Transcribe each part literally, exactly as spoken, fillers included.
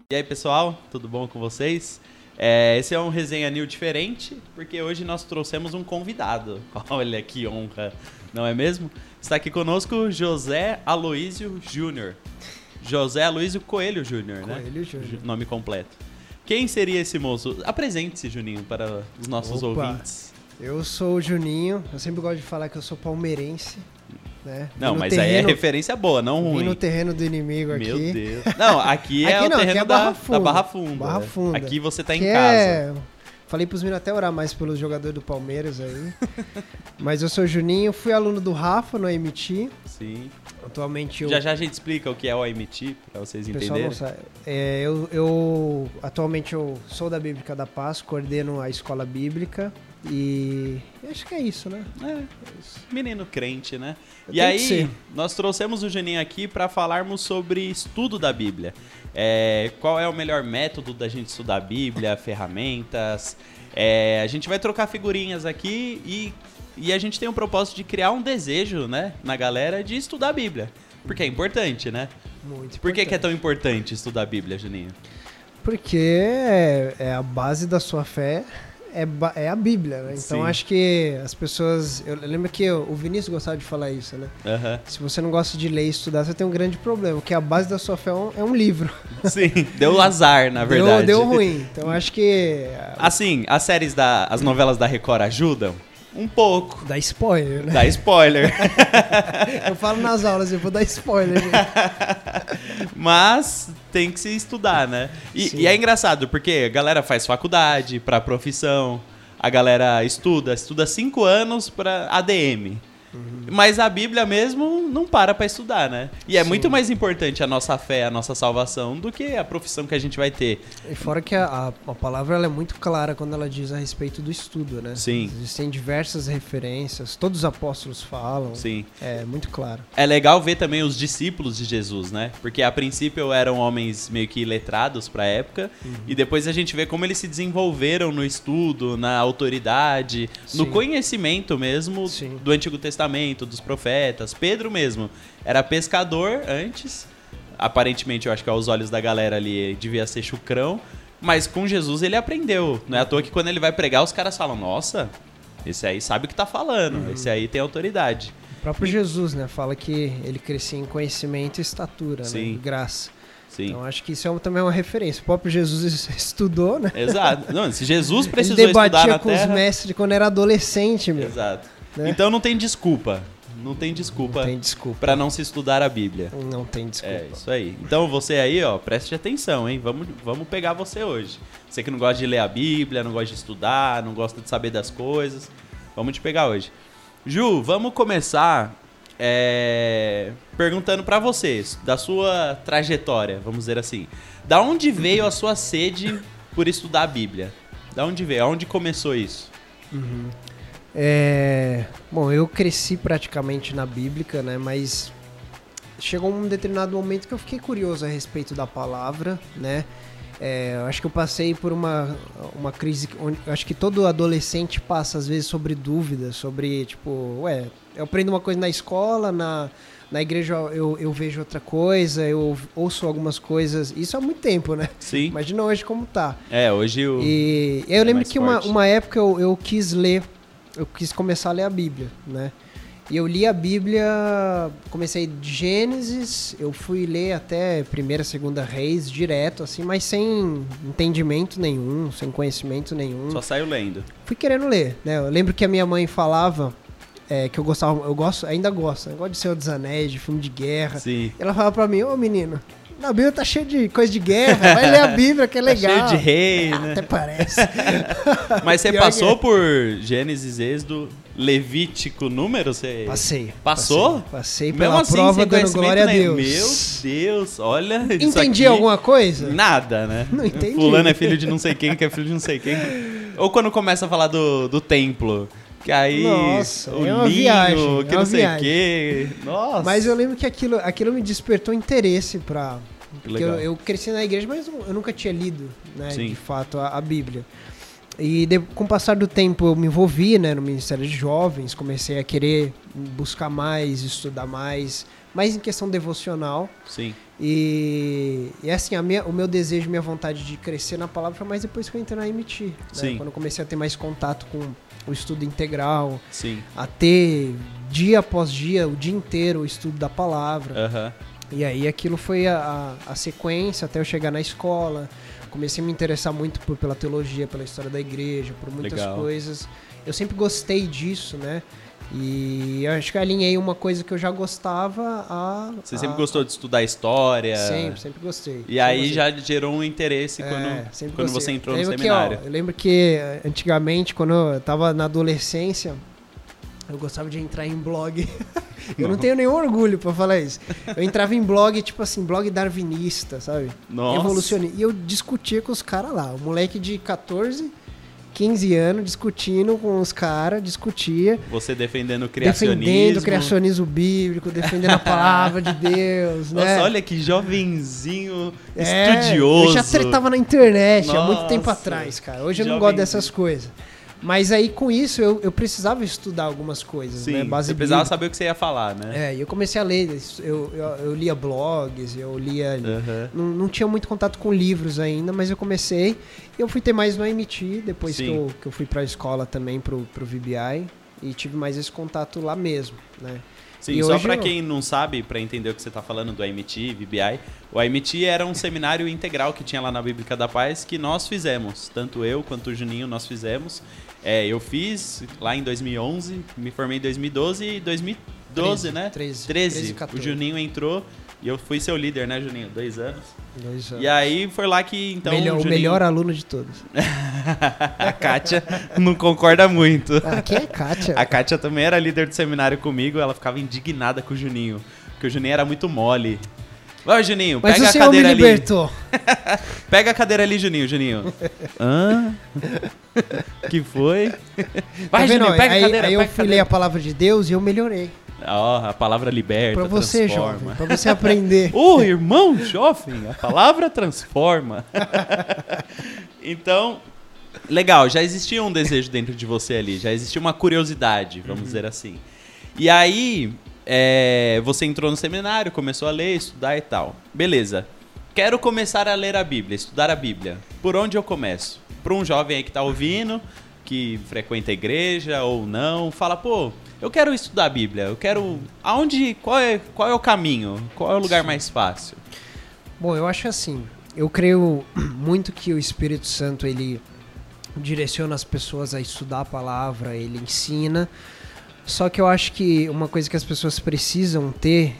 E aí, pessoal, tudo bom com vocês? É, esse é um Resenha New diferente, porque hoje nós trouxemos um convidado. Olha que honra, não é mesmo? Está aqui conosco José Aloísio Júnior. José Aloísio Coelho Júnior, né? Coelho Júnior. Nome completo. Quem seria esse moço? Apresente-se, Juninho, para os nossos Opa, ouvintes. Eu sou o Juninho, eu sempre gosto de falar que eu sou palmeirense, né? Não, no mas terreno, aí é referência boa, não vim ruim. no terreno do inimigo aqui. Meu Deus. Não, aqui é Aqui o não, terreno aqui é da, Barra da Funda. Barra Funda. Barra Funda. Aqui você tá em Que casa. É... Falei pros meninos até orar mais pelos jogadores do Palmeiras aí. Mas eu sou o Juninho, fui aluno do Rafa no A M T. Sim. Atualmente eu... Já já a gente explica o que é o A M T, pra vocês O pessoal entenderem. não sabe. É, eu, eu atualmente eu sou da Bíblica da Paz, coordeno a escola bíblica e acho que é isso, né? É, menino crente, né? Eu E tenho que aí, ser. nós trouxemos o Juninho aqui para falarmos sobre estudo da Bíblia. É, qual é o melhor método da gente estudar a Bíblia, ferramentas. É, a gente vai trocar figurinhas aqui e, e a gente tem o propósito de criar um desejo, né, na galera de estudar a Bíblia. Porque é importante, né? Muito Por que, que é importante. tão importante estudar a Bíblia, Juninho? Porque é, é a base da sua fé, é, ba- é a Bíblia, né? Então Sim. acho que as pessoas... Eu lembro que o Vinícius gostava de falar isso, né? Aham. Se você não gosta de ler e estudar, você tem um grande problema, que a base da sua fé é um, é um livro. Sim, deu azar, na verdade. Deu, deu ruim. Então acho que... Assim, as séries da... as novelas da Record ajudam? Um pouco. Dá spoiler, né? Dá spoiler. Eu falo nas aulas, eu vou dar spoiler, gente. Mas tem que se estudar, né? E, Sim. e é engraçado, porque a galera faz faculdade pra profissão, a galera estuda, estuda cinco anos pra A D M. Mas a Bíblia mesmo não para pra estudar, né? E é Sim. muito mais importante a nossa fé, a nossa salvação, do que a profissão que a gente vai ter. E fora que a, a, a palavra ela é muito clara quando ela diz a respeito do estudo, né? Sim. Existem diversas referências, todos os apóstolos falam. Sim. É muito claro. É legal ver também os discípulos de Jesus, né? Porque a princípio eram homens meio que letrados pra época, e depois a gente vê como eles se desenvolveram no estudo, na autoridade, no Sim. conhecimento mesmo Sim. do Antigo Testamento, dos profetas. Pedro mesmo era pescador antes, aparentemente eu acho que aos olhos da galera ali devia ser chucrão, mas com Jesus ele aprendeu. Não é à toa que quando ele vai pregar os caras falam, nossa, esse aí sabe o que tá falando, esse aí tem autoridade. O próprio Jesus, né? Fala que ele crescia em conhecimento e estatura, né? Sim. E graça. Sim. Então acho que isso é um- também uma referência. O próprio Jesus estudou, né? Exato. Não, se Jesus Ele precisou estudar debatia na com Terra... os mestres quando era adolescente, meu. Exato. Né? Então não tem desculpa. Não tem desculpa Não tem desculpa. pra não se estudar a Bíblia. Não tem desculpa. É, isso aí. Então você aí, ó, preste atenção, hein? Vamos, vamos pegar você hoje. Você que não gosta de ler a Bíblia, não gosta de estudar, não gosta de saber das coisas, vamos te pegar hoje. Ju, vamos começar é, perguntando pra vocês, da sua trajetória, vamos dizer assim. Da onde veio a sua sede por estudar a Bíblia? Da onde veio? Aonde começou isso? É, bom, eu cresci praticamente na Bíblica, né? Mas chegou um determinado momento que eu fiquei curioso a respeito da palavra, né? É, eu acho que eu passei por uma, uma crise, onde, eu acho que todo adolescente passa às vezes sobre dúvidas, sobre tipo, ué, eu aprendo uma coisa na escola, na, na igreja eu, eu vejo outra coisa, eu ouço algumas coisas, isso há muito tempo, né? Sim. Imagina hoje como tá. É, hoje o... E eu lembro mais que uma, forte. uma época eu, eu quis ler, eu quis começar a ler a Bíblia, né? E eu li a Bíblia, comecei de Gênesis, eu fui ler até primeira, segunda Reis, direto, assim, mas sem entendimento nenhum, sem conhecimento nenhum. Só saiu lendo. Fui querendo ler, né? Eu lembro que a minha mãe falava é, que eu gostava, eu gosto, ainda gosto, eu gosto de Senhor dos Anéis, de filme de guerra. Sim. Ela falava pra mim, ô menino, na Bíblia tá cheio de coisa de guerra, vai ler a Bíblia que é legal. Tá cheio de rei, né? Até parece. Mas você Pior passou que por Gênesis, Êxodo, Levítico, Número? Você... Passei. Passou? Passei, passei Mesmo pela assim, prova sem dando conhecimento glória a nenhum. Deus. Meu Deus, olha isso Entendi aqui. alguma coisa? Nada, né? Não entendi. Fulano é filho de não sei quem, que é filho de não sei quem. Ou quando começa a falar do, do templo, que aí Nossa, o é uma ninho, viagem, que é não uma sei o viagem. quê. Nossa. Mas eu lembro que aquilo, aquilo me despertou interesse pra... Porque eu, legal. eu cresci na igreja, mas eu nunca tinha lido, né, Sim. de fato, a, a Bíblia. E de, com o passar do tempo eu me envolvi, né, no Ministério de Jovens, comecei a querer buscar mais, estudar mais, mais em questão devocional. Sim. E, e assim, a minha, o meu desejo, minha vontade de crescer na palavra foi mais depois que eu entrei na M T. Né? Sim. Quando eu comecei a ter mais contato com o estudo integral. Sim. A ter dia após dia, o dia inteiro, o estudo da palavra. Aham. E aí aquilo foi a, a, a sequência até eu chegar na escola. Comecei a me interessar muito por, pela teologia, pela história da igreja, por muitas Legal. coisas. Eu sempre gostei disso, né? E eu acho que alinhei uma coisa que eu já gostava a... Você a, sempre gostou de estudar história? Sempre, sempre gostei. E sempre aí gostei. já gerou um interesse É, quando, sempre quando gostei. você entrou Eu no lembro seminário. Que, ó, eu lembro que antigamente, quando eu tava na adolescência, eu gostava de entrar em blog. Eu não. não tenho nenhum orgulho pra falar isso. Eu entrava em blog, tipo assim, blog darwinista, sabe? Nossa. Evolucionista. E eu discutia com os caras lá. O moleque de catorze, quinze anos, discutindo com os caras, discutia. Você defendendo o criacionismo. Defendendo o criacionismo bíblico, defendendo a palavra de Deus, né? Nossa, olha que jovenzinho É, estudioso. Eu já tretava na internet há muito Nossa, tempo atrás, cara. Hoje eu não jovenzinho. gosto dessas coisas. Mas aí, com isso, eu, eu precisava estudar algumas coisas, Sim, né? Base você precisava bíblica. saber o que você ia falar, né? É, e eu comecei a ler, eu, eu, eu lia blogs, eu lia... Uhum. Não, não tinha muito contato com livros ainda, mas eu comecei. E eu fui ter mais no M T, depois que eu, que eu fui pra escola também, pro, pro V B I. E tive mais esse contato lá mesmo, né? Sim, e só pra eu... quem não sabe, pra entender o que você tá falando do A M T, V B I, o A M T era um seminário integral que tinha lá na Bíblica da Paz que nós fizemos, tanto eu quanto o Juninho nós fizemos. É, eu fiz lá em dois mil e onze, me formei em dois mil e doze e dois mil e doze, treze, né? treze, treze. treze, quatorze. O Juninho entrou e eu fui seu líder, né, Juninho? Dois anos. Dois anos. E aí foi lá que então Melhor, o, o Juninho... melhor aluno de todos. A Kátia não concorda muito. Ah, quem é Kátia? A Kátia também era líder do seminário comigo, ela ficava indignada com o Juninho, porque o Juninho era muito mole. Vai, Juninho, Mas pega o a senhor cadeira me ali. libertou. Pega a cadeira ali, Juninho, Juninho. Hã? Que foi? Vai, Tá vendo? Juninho, pega aí a cadeira. aí eu pega a fui ler cadeira. a palavra de Deus e eu melhorei. Ó, a palavra liberta, Pra você, transforma. jovem, pra você aprender. Ô, irmão jovem, a palavra transforma. Então, legal, já existia um desejo dentro de você ali, já existia uma curiosidade, vamos uhum. dizer assim. E aí, é, você entrou no seminário, começou a ler, estudar e tal. Beleza. Quero começar a ler a Bíblia, estudar a Bíblia. Por onde eu começo? Para um jovem aí que tá ouvindo, que frequenta a igreja ou não, fala, pô, eu quero estudar a Bíblia, eu quero... Aonde, qual é, qual é o caminho? Qual é o lugar mais fácil? Bom, eu acho assim, eu creio muito que o Espírito Santo, ele direciona as pessoas a estudar a palavra, ele ensina. Só que eu acho que uma coisa que as pessoas precisam ter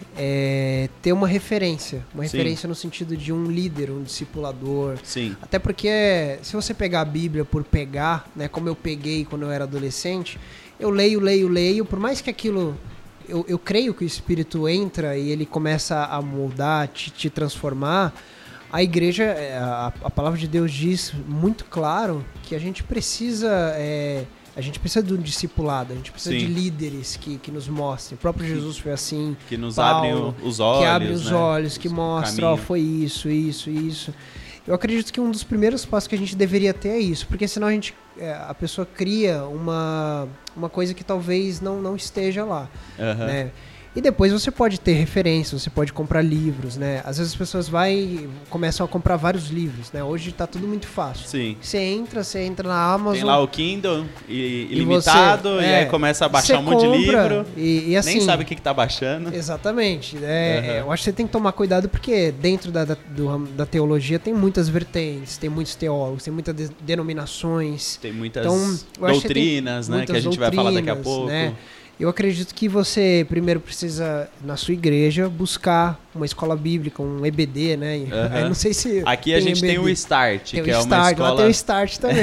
é ter uma referência. Uma Sim. referência no sentido de um líder, um discipulador. Sim. Até porque se você pegar a Bíblia por pegar, né, como eu peguei quando eu era adolescente, eu leio, leio, leio, por mais que aquilo... Eu, eu creio que o Espírito entra e ele começa a moldar, te, te transformar. A igreja, a, a palavra de Deus diz muito claro que a gente precisa... É, A gente precisa de um discipulado, a gente precisa Sim. de líderes que, que nos mostrem. O próprio Jesus foi assim. Que nos Paulo, abrem o, os olhos, que abrem os né? olhos, que o mostram, ó, caminho. foi isso, isso, isso. Eu acredito que um dos primeiros passos que a gente deveria ter é isso, porque senão a gente, é, a pessoa cria uma, uma coisa que talvez não, não esteja lá, Uhum. né? E depois você pode ter referências, você pode comprar livros, né? Às vezes as pessoas vai, começam a comprar vários livros, né? Hoje tá tudo muito fácil. Sim. Você entra, você entra na Amazon... Tem lá o Kindle i- E ilimitado, você, e, é, aí começa a baixar você um monte de compra livro, e, e assim, nem sabe o que, que tá baixando. Exatamente. É, Uhum. Eu acho que você tem que tomar cuidado porque dentro da, da, do, da teologia tem muitas vertentes, tem muitos teólogos, tem muitas de, denominações. Tem muitas Então, eu acho que doutrinas, tem né, que a muitas gente vai falar daqui a doutrinas, pouco. né? Eu acredito que você primeiro precisa, na sua igreja, buscar uma escola bíblica, um E B D, né? Uhum. Eu não sei se Aqui a gente E B D. tem o Start, Tem que o é uma Start, escola... lá tem o Start também.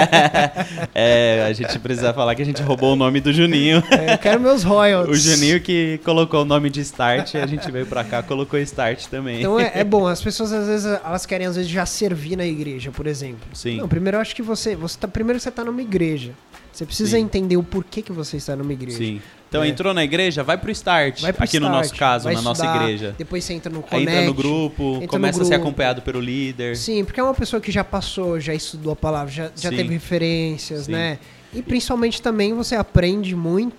É, a gente precisa falar que a gente roubou o nome do Juninho. É, eu quero meus royalties. O Juninho que colocou o nome de Start, a gente veio pra cá, colocou Start também. Então é, é bom, as pessoas às vezes elas querem às vezes já servir na igreja, por exemplo. Sim. Não, primeiro eu acho que você, você tá, primeiro você tá numa igreja. Você precisa Sim. entender o porquê que você está numa igreja. Sim. Então É. entrou na igreja, vai pro Start, Vai pro aqui no Start, nosso caso, vai na nossa estudar, igreja. Depois você entra no Aí Connect. entra no grupo, entra começa no a ser grupo. acompanhado pelo líder. Sim, porque é uma pessoa que já passou, já estudou a palavra, já, já Sim. teve referências, Sim. né? E principalmente também você aprende muito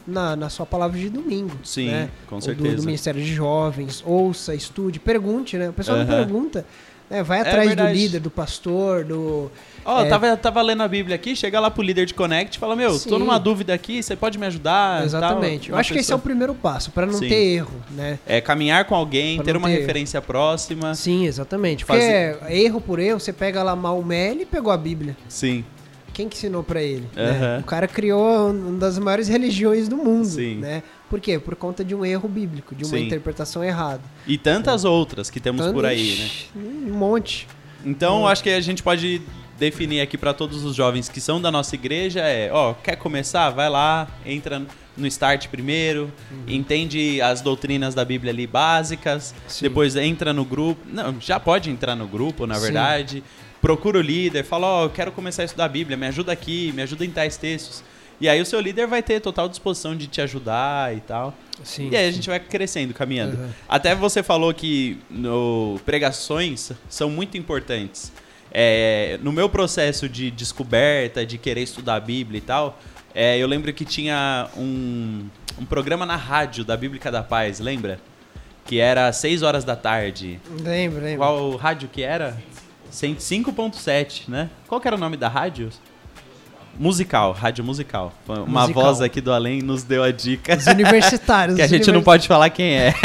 na, na sua palavra de domingo. Sim, né? com Ou certeza. Do, do Ministério de Jovens, ouça, estude, pergunte, né? O pessoal Uhum. não pergunta. Né? Vai É atrás do verdade. líder, do pastor, do... Ó, é, tava, tava lendo a Bíblia aqui, chega lá pro líder de Connect e fala, meu, Sim. tô numa dúvida aqui, você pode me ajudar? Exatamente. Tal. Eu acho que esse é o primeiro passo, para não Sim. ter erro, né? É caminhar com alguém, Pra ter não uma ter referência próxima. Sim, exatamente. Porque Fazer- erro por erro, você pega lá Maomé, ele pegou a Bíblia. Sim. Quem que ensinou pra ele? Aham. Né? O cara criou uma das maiores religiões do mundo, Sim. né? Por quê? Por conta de um erro bíblico, de uma Sim. interpretação errada. E tantas outras que temos Tanto- por aí, né? Ixi, Um monte. Então, Hum. acho que a gente pode definir aqui para todos os jovens que são da nossa igreja é, ó, quer começar? Vai lá, entra no Start primeiro, Uhum. entende as doutrinas da Bíblia ali básicas, Sim. depois entra no grupo, não, já pode entrar no grupo, na Sim. verdade, procura o líder, fala, ó, eu quero começar a estudar a Bíblia, me ajuda aqui, me ajuda em tais textos. E aí o seu líder vai ter total disposição de te ajudar e tal. Sim, E aí a sim. gente vai crescendo, caminhando. Uhum. Até você falou que no, pregações são muito importantes. É, no meu processo de descoberta, de querer estudar a Bíblia e tal, é, eu lembro que tinha um, um programa na rádio da Bíblica da Paz, lembra? Que era às seis horas da tarde. Lembro, lembro. Qual rádio que era? cento e cinco ponto sete, né? Qual que era o nome da rádio? Musical, rádio musical. Uma Musical. voz aqui do além nos deu a dica. Os universitários. Que a os gente não univers- pode falar quem é.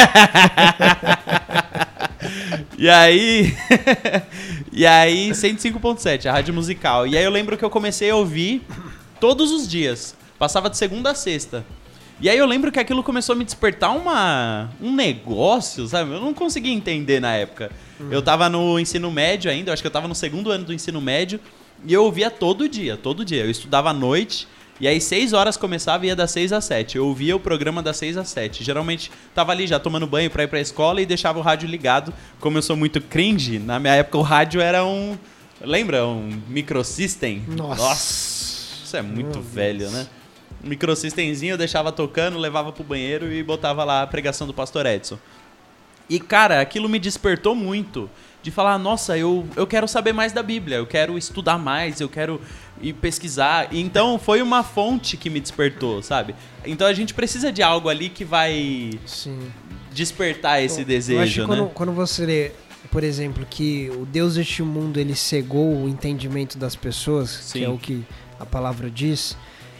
E aí. E aí, cento e cinco ponto sete, a rádio musical. E aí eu lembro que eu comecei a ouvir todos os dias. Passava de segunda a sexta. E aí eu lembro que aquilo começou a me despertar uma, um negócio, sabe? Eu não conseguia entender na época. Eu tava no ensino médio ainda, eu acho que eu tava no segundo ano do ensino médio. E eu ouvia todo dia, todo dia. Eu estudava à noite. E aí, seis horas começava e ia das seis às sete. Eu ouvia o programa das seis às sete. Geralmente, tava ali já tomando banho pra ir pra escola e deixava o rádio ligado. Como eu sou muito cringe, na minha época o rádio era um... Lembra? Um microsystem? Nossa. Isso é muito Meu velho, Deus. né? Um microsystemzinho eu deixava tocando, levava pro banheiro e botava lá a pregação do pastor Edson. E, cara, aquilo me despertou muito. De falar, nossa, eu, eu quero saber mais da Bíblia, eu quero estudar mais, eu quero ir pesquisar. E então foi uma fonte que me despertou, sabe? Então a gente precisa de algo ali que vai Sim. despertar esse Eu acho desejo, que né? quando, quando você lê, por exemplo, que o Deus deste mundo ele cegou o entendimento das pessoas, Sim. que é o que a palavra diz,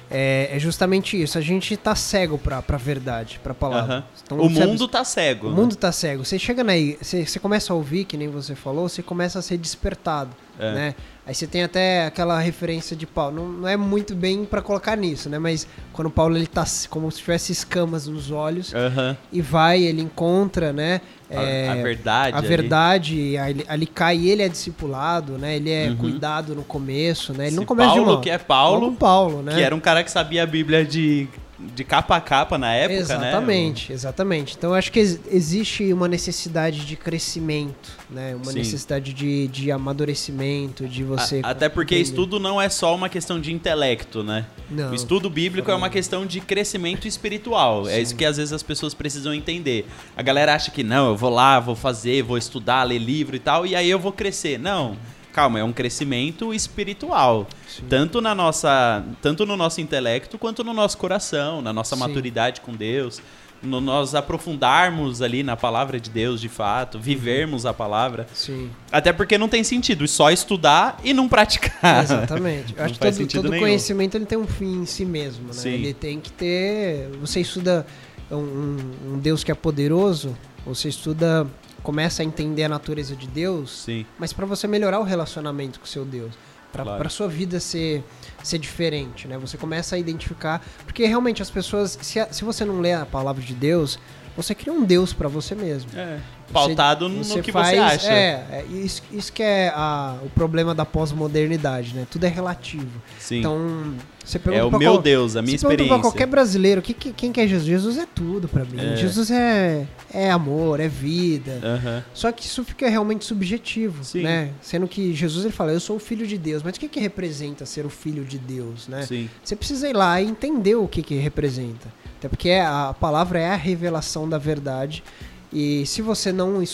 é, é justamente isso. A gente tá cego pra, pra verdade, pra palavra. Aham. Então, O você- mundo tá cego. O né? mundo tá cego. Você chega aí, você, você começa a ouvir, que nem você falou, você começa a ser despertado, É. né? Aí você tem até aquela referência de Paulo. Não, não é muito bem pra colocar nisso, né? Mas quando Paulo ele tá como se tivesse escamas nos olhos Aham. e vai, ele encontra, né? A- é, a verdade A ali. verdade, aí ali, ali cai e ele é discipulado, né? Ele é Uhum. cuidado no começo, né? Ele não Esse começa de Paulo, uma... que é Paulo, Logo Paulo, né? que era um cara que sabia a Bíblia de, de capa a capa na época, Exatamente, exatamente. Então eu acho que ex- existe uma necessidade de crescimento, né? Uma Sim. necessidade de, de amadurecimento, de né? você. A- Até porque entender. estudo não é só uma questão de intelecto, né? Não. O estudo bíblico é uma questão de crescimento espiritual. É Sim. isso que às vezes as pessoas precisam entender. A galera acha que não, eu vou lá, vou fazer, vou estudar, ler livro e tal, e aí eu vou crescer. Não. Calma, é um crescimento espiritual. Sim. Tanto, na nossa, tanto no nosso intelecto quanto no nosso coração, na nossa Sim. maturidade com Deus, no nós aprofundarmos ali na palavra de Deus de fato, vivermos a palavra. Sim, Até porque não tem sentido só estudar e não praticar. exatamente. Eu Não acho que faz todo, sentido todo nenhum. conhecimento ele tem um fim em si mesmo, né? Sim. Ele tem que ter. Você estuda um, um- um Deus que é poderoso, você estuda. Começa a entender a natureza de Deus, Sim, mas para você melhorar o relacionamento com o seu Deus, para Claro. a sua vida ser, ser diferente, né? Você começa a identificar, porque realmente as pessoas, se, a- se você não lê a palavra de Deus, você cria um Deus para você mesmo. é. Pautado no Você que faz- você acha. É, é isso, isso que é a- o problema da pós-modernidade, né? Tudo é relativo. Sim. Então, você pergunta É o pra meu qual- Deus, a minha você pergunta experiência. pra qualquer brasileiro, que, que- quem que é Jesus? Jesus é tudo pra mim. É. Jesus é, é amor, é vida. Aham. Só que isso fica realmente subjetivo, Sim. né? Sendo que Jesus ele fala, eu sou o filho de Deus. Mas o que que representa ser o filho de Deus, né? Sim. Você precisa ir lá e entender o que que representa. Até porque a palavra é a revelação da verdade. E se você não es-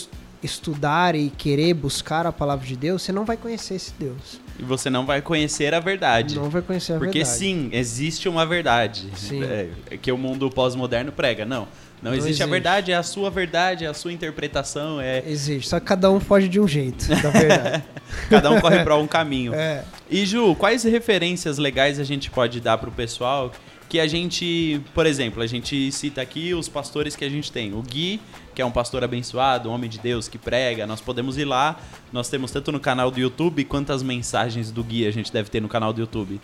estudar e querer buscar a palavra de Deus, você não vai conhecer esse Deus. E você não vai conhecer a verdade. Não vai conhecer a Porque, verdade. Porque sim, existe uma verdade. Sim. É, que o mundo pós-moderno prega. Não. Não, não existe, existe a verdade, é a sua verdade, é a sua interpretação. É... Existe, só que cada um foge de um jeito, da verdade. Cada um corre para um caminho. É. E Ju, quais referências legais a gente pode dar pro pessoal que a gente, por exemplo, a gente cita aqui os pastores que a gente tem. O Gui, que é um pastor abençoado, um homem de Deus que prega, nós podemos ir lá, nós temos tanto no canal do YouTube, quantas mensagens do Gui a gente deve ter no canal do YouTube?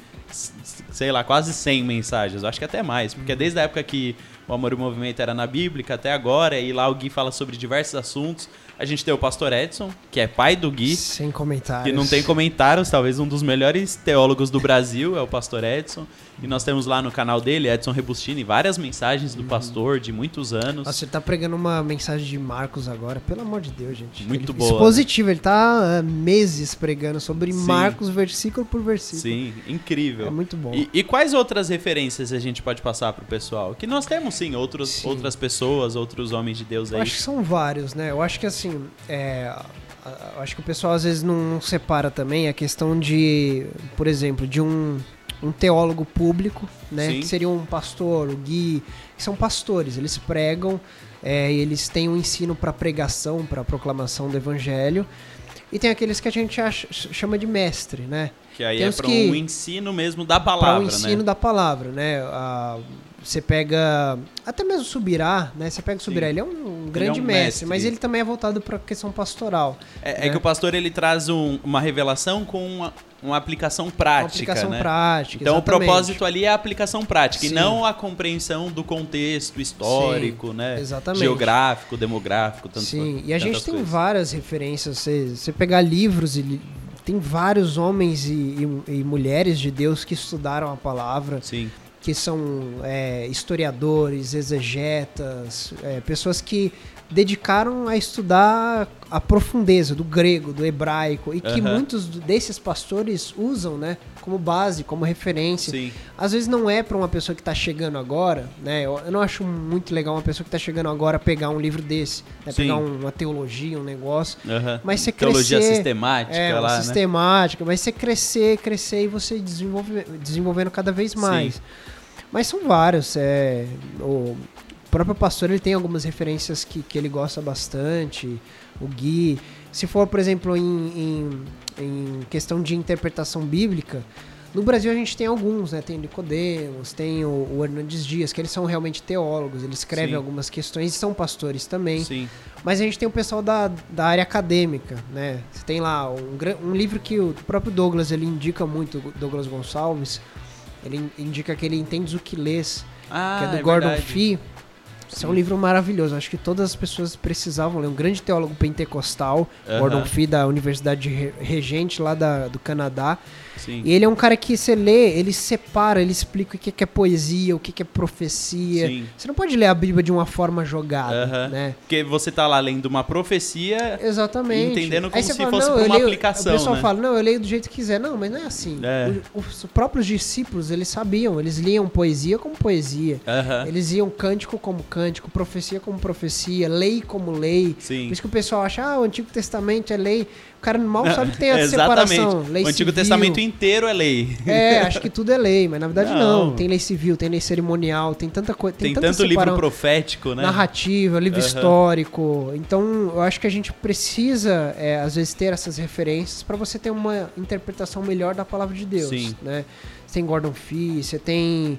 Sei lá, quase cem mensagens, eu acho que até mais, porque desde a época que o Amor e o Movimento era na Bíblica até agora, e lá o Gui fala sobre diversos assuntos. A gente tem o pastor Edson, que é pai do Gui. Sem comentários. Que não tem comentários, talvez um dos melhores teólogos do Brasil é o pastor Edson. E nós temos lá no canal dele, Edson Rebustini, várias mensagens do pastor de muitos anos. Nossa, ele tá pregando uma mensagem de Marcos agora, pelo amor de Deus, gente. Muito ele, boa. Expositivo, ele tá há meses pregando sobre Sim. Marcos, versículo por versículo. Sim, incrível. É muito bom. E, e quais outras referências a gente pode passar pro pessoal? Que nós temos, sim, outros, sim. outras pessoas, outros homens de Deus aí. Eu acho que são vários, né? Eu acho que assim, é... eu acho que o pessoal às vezes não separa também a questão de, por exemplo, de um... um teólogo público, né? Sim. Que seria um pastor, o Gui, que são pastores, eles pregam, é, eles têm um ensino para pregação, para proclamação do evangelho, e tem aqueles que a gente acha, chama de mestre, né? Que aí tem é para um ensino mesmo da palavra, pra um né? ensino da palavra, né? A, você pega, até mesmo o Subirá, né? Você pega o Subirá, ele é um, um grande é um mestre, mestre, mas ele também é voltado para a questão pastoral. É, né? é que o pastor, ele traz um, uma revelação com uma, uma aplicação prática, uma aplicação né? prática, então exatamente. O propósito ali é a aplicação prática, Sim. e não a compreensão do contexto histórico, Sim, né? Exatamente. Geográfico, demográfico, tanto Sim, e a gente tem coisas. várias referências, você, você pegar livros, e, tem vários homens e, e, e mulheres de Deus que estudaram a palavra. Sim. Que são é, historiadores, exegetas, é, pessoas que dedicaram a estudar a profundeza do grego, do hebraico, e que uhum. muitos desses pastores usam, né, como base, como referência. Sim. Às vezes não é para uma pessoa que está chegando agora, né? Eu, eu não acho muito legal uma pessoa que está chegando agora pegar um livro desse, né, pegar um, uma teologia, um negócio, uhum. mas você teologia crescer, sistemática é, lá, uma sistemática, né? Mas você crescer, crescer e você desenvolve, desenvolvendo cada vez mais. Sim. Mas são vários. É, o próprio pastor, ele tem algumas referências que, que ele gosta bastante. O Gui. Se for, por exemplo, em, em, em questão de interpretação bíblica, no Brasil a gente tem alguns, né? Tem o Nicodemos, tem o, o Hernandes Dias, que eles são realmente teólogos, eles escrevem Sim. algumas questões e são pastores também. Sim. Mas a gente tem o pessoal da, da área acadêmica, né? Você tem lá um, um livro que o próprio Douglas, ele indica muito, Douglas Gonçalves. Ele indica que ele entende o que lês, ah, que é do é Gordon verdade. Fee. Esse é um livro maravilhoso. Acho que todas as pessoas precisavam ler. Um grande teólogo pentecostal, uh-huh. Gordon Fee, da Universidade Regente, lá da, do Canadá. Sim. E ele é um cara que você lê, ele separa, ele explica o que é poesia, o que é profecia. Sim. Você não pode ler a Bíblia de uma forma jogada, uh-huh. né? Porque você tá lá lendo uma profecia, exatamente, entendendo como Aí se fala, fosse não, por uma leio, aplicação, o pessoal né? fala, não, eu leio do jeito que quiser. Não, mas não é assim. É. O, os próprios discípulos, eles sabiam, eles liam poesia como poesia. Uh-huh. Eles iam cântico como cântico, profecia como profecia, lei como lei. Sim. Por isso que o pessoal acha, ah, o Antigo Testamento é lei. O cara mal sabe que tem a Exatamente. separação. Lei o Antigo civil. Testamento inteiro é lei. É, acho que tudo é lei, mas na verdade não. não. Tem lei civil, tem lei cerimonial, tem tanta coisa. Tem, tem tanto separa... livro profético, né? Narrativa, livro uhum. histórico. Então, eu acho que a gente precisa, é, às vezes, ter essas referências para você ter uma interpretação melhor da palavra de Deus. Sim. Né? Você tem Gordon Fee, você tem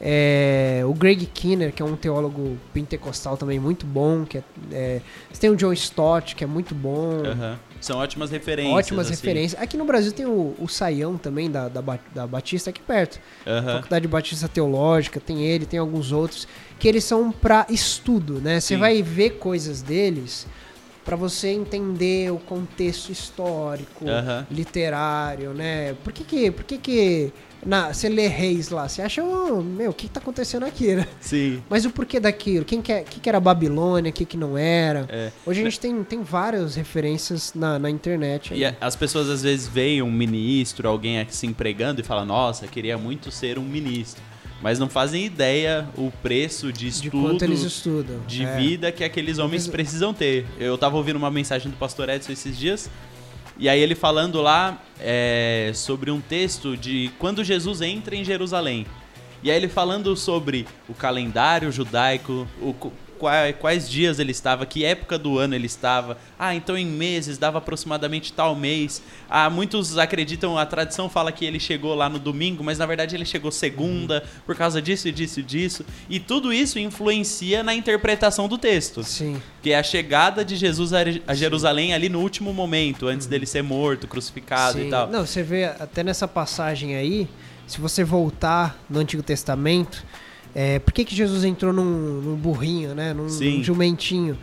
é, o Greg Kinnear, que é um teólogo pentecostal também muito bom. Que é, é, você tem o John Stott, que é muito bom. Uhum. São ótimas referências. Ótimas assim. referências. Aqui no Brasil tem o, o Saião também, da, da, da Batista, aqui perto. Uhum. Faculdade Batista Teológica, tem ele, tem alguns outros, que eles são para estudo, né? Você vai ver coisas deles para você entender o contexto histórico, uhum. literário, né? Por que que... Por que, que na, você lê Reis lá, você acha, oh, meu, o que, que tá acontecendo aqui, né? Sim. Mas o porquê daquilo? Quem que, é, que, que era Babilônia, o que, que não era? É. Hoje a gente tem, tem várias referências na, na internet. Aí. E a, as pessoas às vezes veem um ministro, alguém assim pregando e falam, nossa, queria muito ser um ministro. mas não fazem ideia o preço de estudo, de quanto eles estudam, de é. vida que aqueles homens precisam ter. Eu tava ouvindo uma mensagem do pastor Edson esses dias, e aí ele falando lá é, sobre um texto de quando Jesus entra em Jerusalém. E aí ele falando sobre o calendário judaico, o, quais, quais dias ele estava, que época do ano ele estava. Ah, então em meses, dava aproximadamente tal mês. Ah, muitos acreditam, a tradição fala que ele chegou lá no domingo, mas na verdade ele chegou segunda, por causa disso e disso e disso. E tudo isso influencia na interpretação do texto. Sim. Que é a chegada de Jesus a Jerusalém Sim. ali no último momento, antes uhum. dele ser morto, crucificado Sim. e tal. Não, você vê até nessa passagem aí, se você voltar no Antigo Testamento, é, por que, que Jesus entrou num, num burrinho, né? Num, num jumentinho?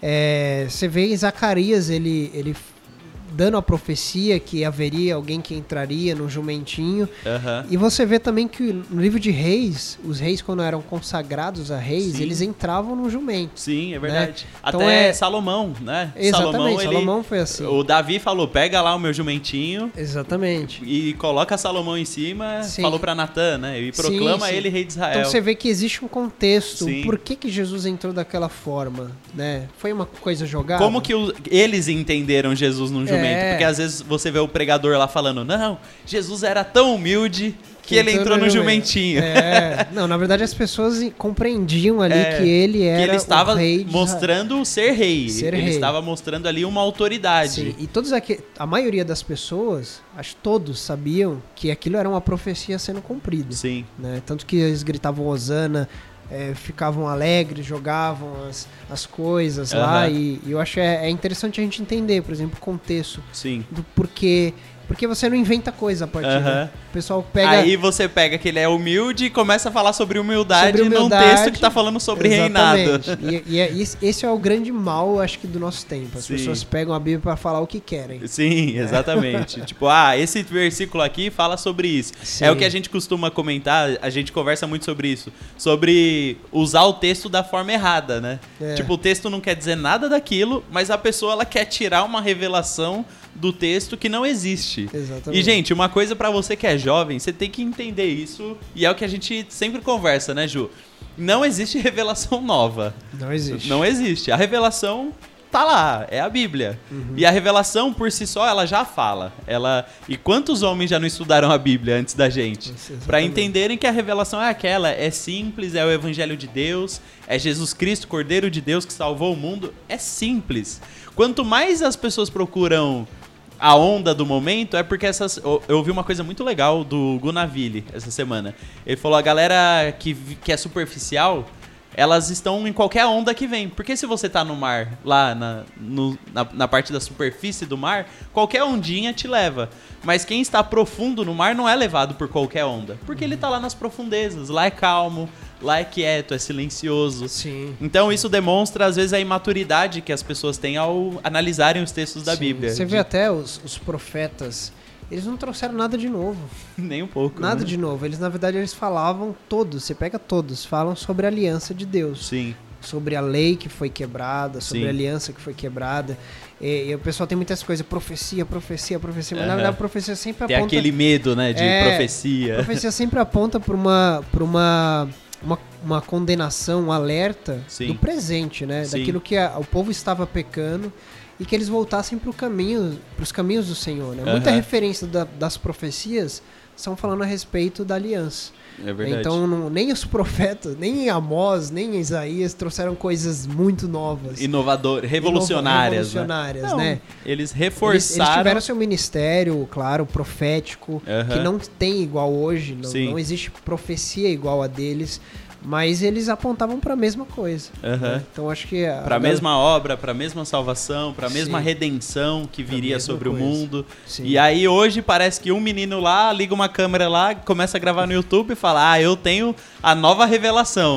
É, você vê em Zacarias, ele, ele dando a profecia que haveria alguém que entraria no jumentinho. Uhum. E você vê também que no livro de Reis, os reis quando eram consagrados a reis, Sim. eles entravam no jumento. Sim, é verdade. Né? Até então é... Salomão, né? Exatamente, Salomão, ele... Salomão foi assim. O Davi falou, pega lá o meu jumentinho. Exatamente. E coloca Salomão em cima, sim. falou pra Natan, né? E proclama sim, sim. ele rei de Israel. Então você vê que existe um contexto. Sim. Por que que Jesus entrou daquela forma, né? Foi uma coisa jogada? Como que o... eles entenderam Jesus num jumento? É. Porque às vezes você vê o pregador lá falando, não, Jesus era tão humilde que, que ele entrou no jumentinho. É, não, na verdade as pessoas compreendiam ali é, que ele era que ele estava o rei de... mostrando ser rei. Ser ele rei. estava mostrando ali uma autoridade. Sim, e todos aqui, a maioria das pessoas, acho que todos sabiam que aquilo era uma profecia sendo cumprida. Sim. Né? Tanto que eles gritavam Hosana, é, ficavam alegres, jogavam as, as coisas uhum. lá, e, e eu acho que é, é interessante a gente entender, por exemplo, o contexto Sim. do porquê. Porque você não inventa coisa a partir uhum. né? O pessoal pega... Aí você pega que ele é humilde e começa a falar sobre humildade, sobre humildade num texto que tá falando sobre exatamente. reinado. E, e é, esse é o grande mal, acho que, do nosso tempo. As Sim. pessoas pegam a Bíblia pra falar o que querem. Sim, exatamente. tipo, ah, esse versículo aqui fala sobre isso. Sim. É o que a gente costuma comentar, a gente conversa muito sobre isso. Sobre usar o texto da forma errada, né? É. Tipo, o texto não quer dizer nada daquilo, mas a pessoa ela quer tirar uma revelação do texto que não existe. Exatamente. E, gente, uma coisa pra você que é jovem, você tem que entender isso, e é o que a gente sempre conversa, né, Ju? Não existe revelação nova. Não existe. Não existe. A revelação tá lá, é a Bíblia. Uhum. E a revelação, por si só, ela já fala. Ela... E quantos homens já não estudaram a Bíblia antes da gente? Para entenderem que a revelação é aquela, é simples, é o Evangelho de Deus, é Jesus Cristo, Cordeiro de Deus que salvou o mundo. É simples. Quanto mais as pessoas procuram a onda do momento, é porque essas... Eu ouvi uma coisa muito legal do Gunaville essa semana. Ele falou, a galera que, que é superficial, elas estão em qualquer onda que vem. Porque se você tá no mar, lá na, no, na, na parte da superfície do mar, qualquer ondinha te leva. Mas quem está profundo no mar não é levado por qualquer onda. Porque ele tá lá nas profundezas, lá é calmo, lá é quieto, é silencioso. Sim. Então isso demonstra, às vezes, a imaturidade que as pessoas têm ao analisarem os textos da Sim. Bíblia. Você vê até os, os profetas, eles não trouxeram nada de novo. Nem um pouco. Nada né? de novo. Eles, na verdade, eles falavam todos, você pega todos, falam sobre a aliança de Deus. Sim. Sobre a lei que foi quebrada, sobre Sim. a aliança que foi quebrada. E, e o pessoal tem muitas coisas, profecia, profecia, profecia. Mas, uhum. na verdade, a profecia sempre tem aponta... Tem aquele medo, né, de é, profecia. A profecia sempre aponta para uma... Pra uma Uma, uma condenação, um alerta Sim. do presente, né? Sim. Daquilo que a, o povo estava pecando e que eles voltassem para caminho, os caminhos do Senhor, né? Uhum. Muita referência da, das profecias são falando a respeito da aliança. É verdade. Então, não, nem os profetas, nem Amós, nem Isaías trouxeram coisas muito novas. Inovadoras, revolucionárias. Revolucionárias, né? né? Não, eles reforçaram... Eles, eles tiveram seu ministério, claro, profético, uhum. que não tem igual hoje, não, não existe profecia igual a deles, mas eles apontavam para a mesma coisa. Uhum. Né? Então, acho que... Para a mesma obra, para a mesma salvação, para a mesma Sim. redenção que viria sobre coisa. o mundo. Sim. E aí, hoje, parece que um menino lá liga uma câmera lá, começa a gravar no YouTube e fala, ah, eu tenho a nova revelação.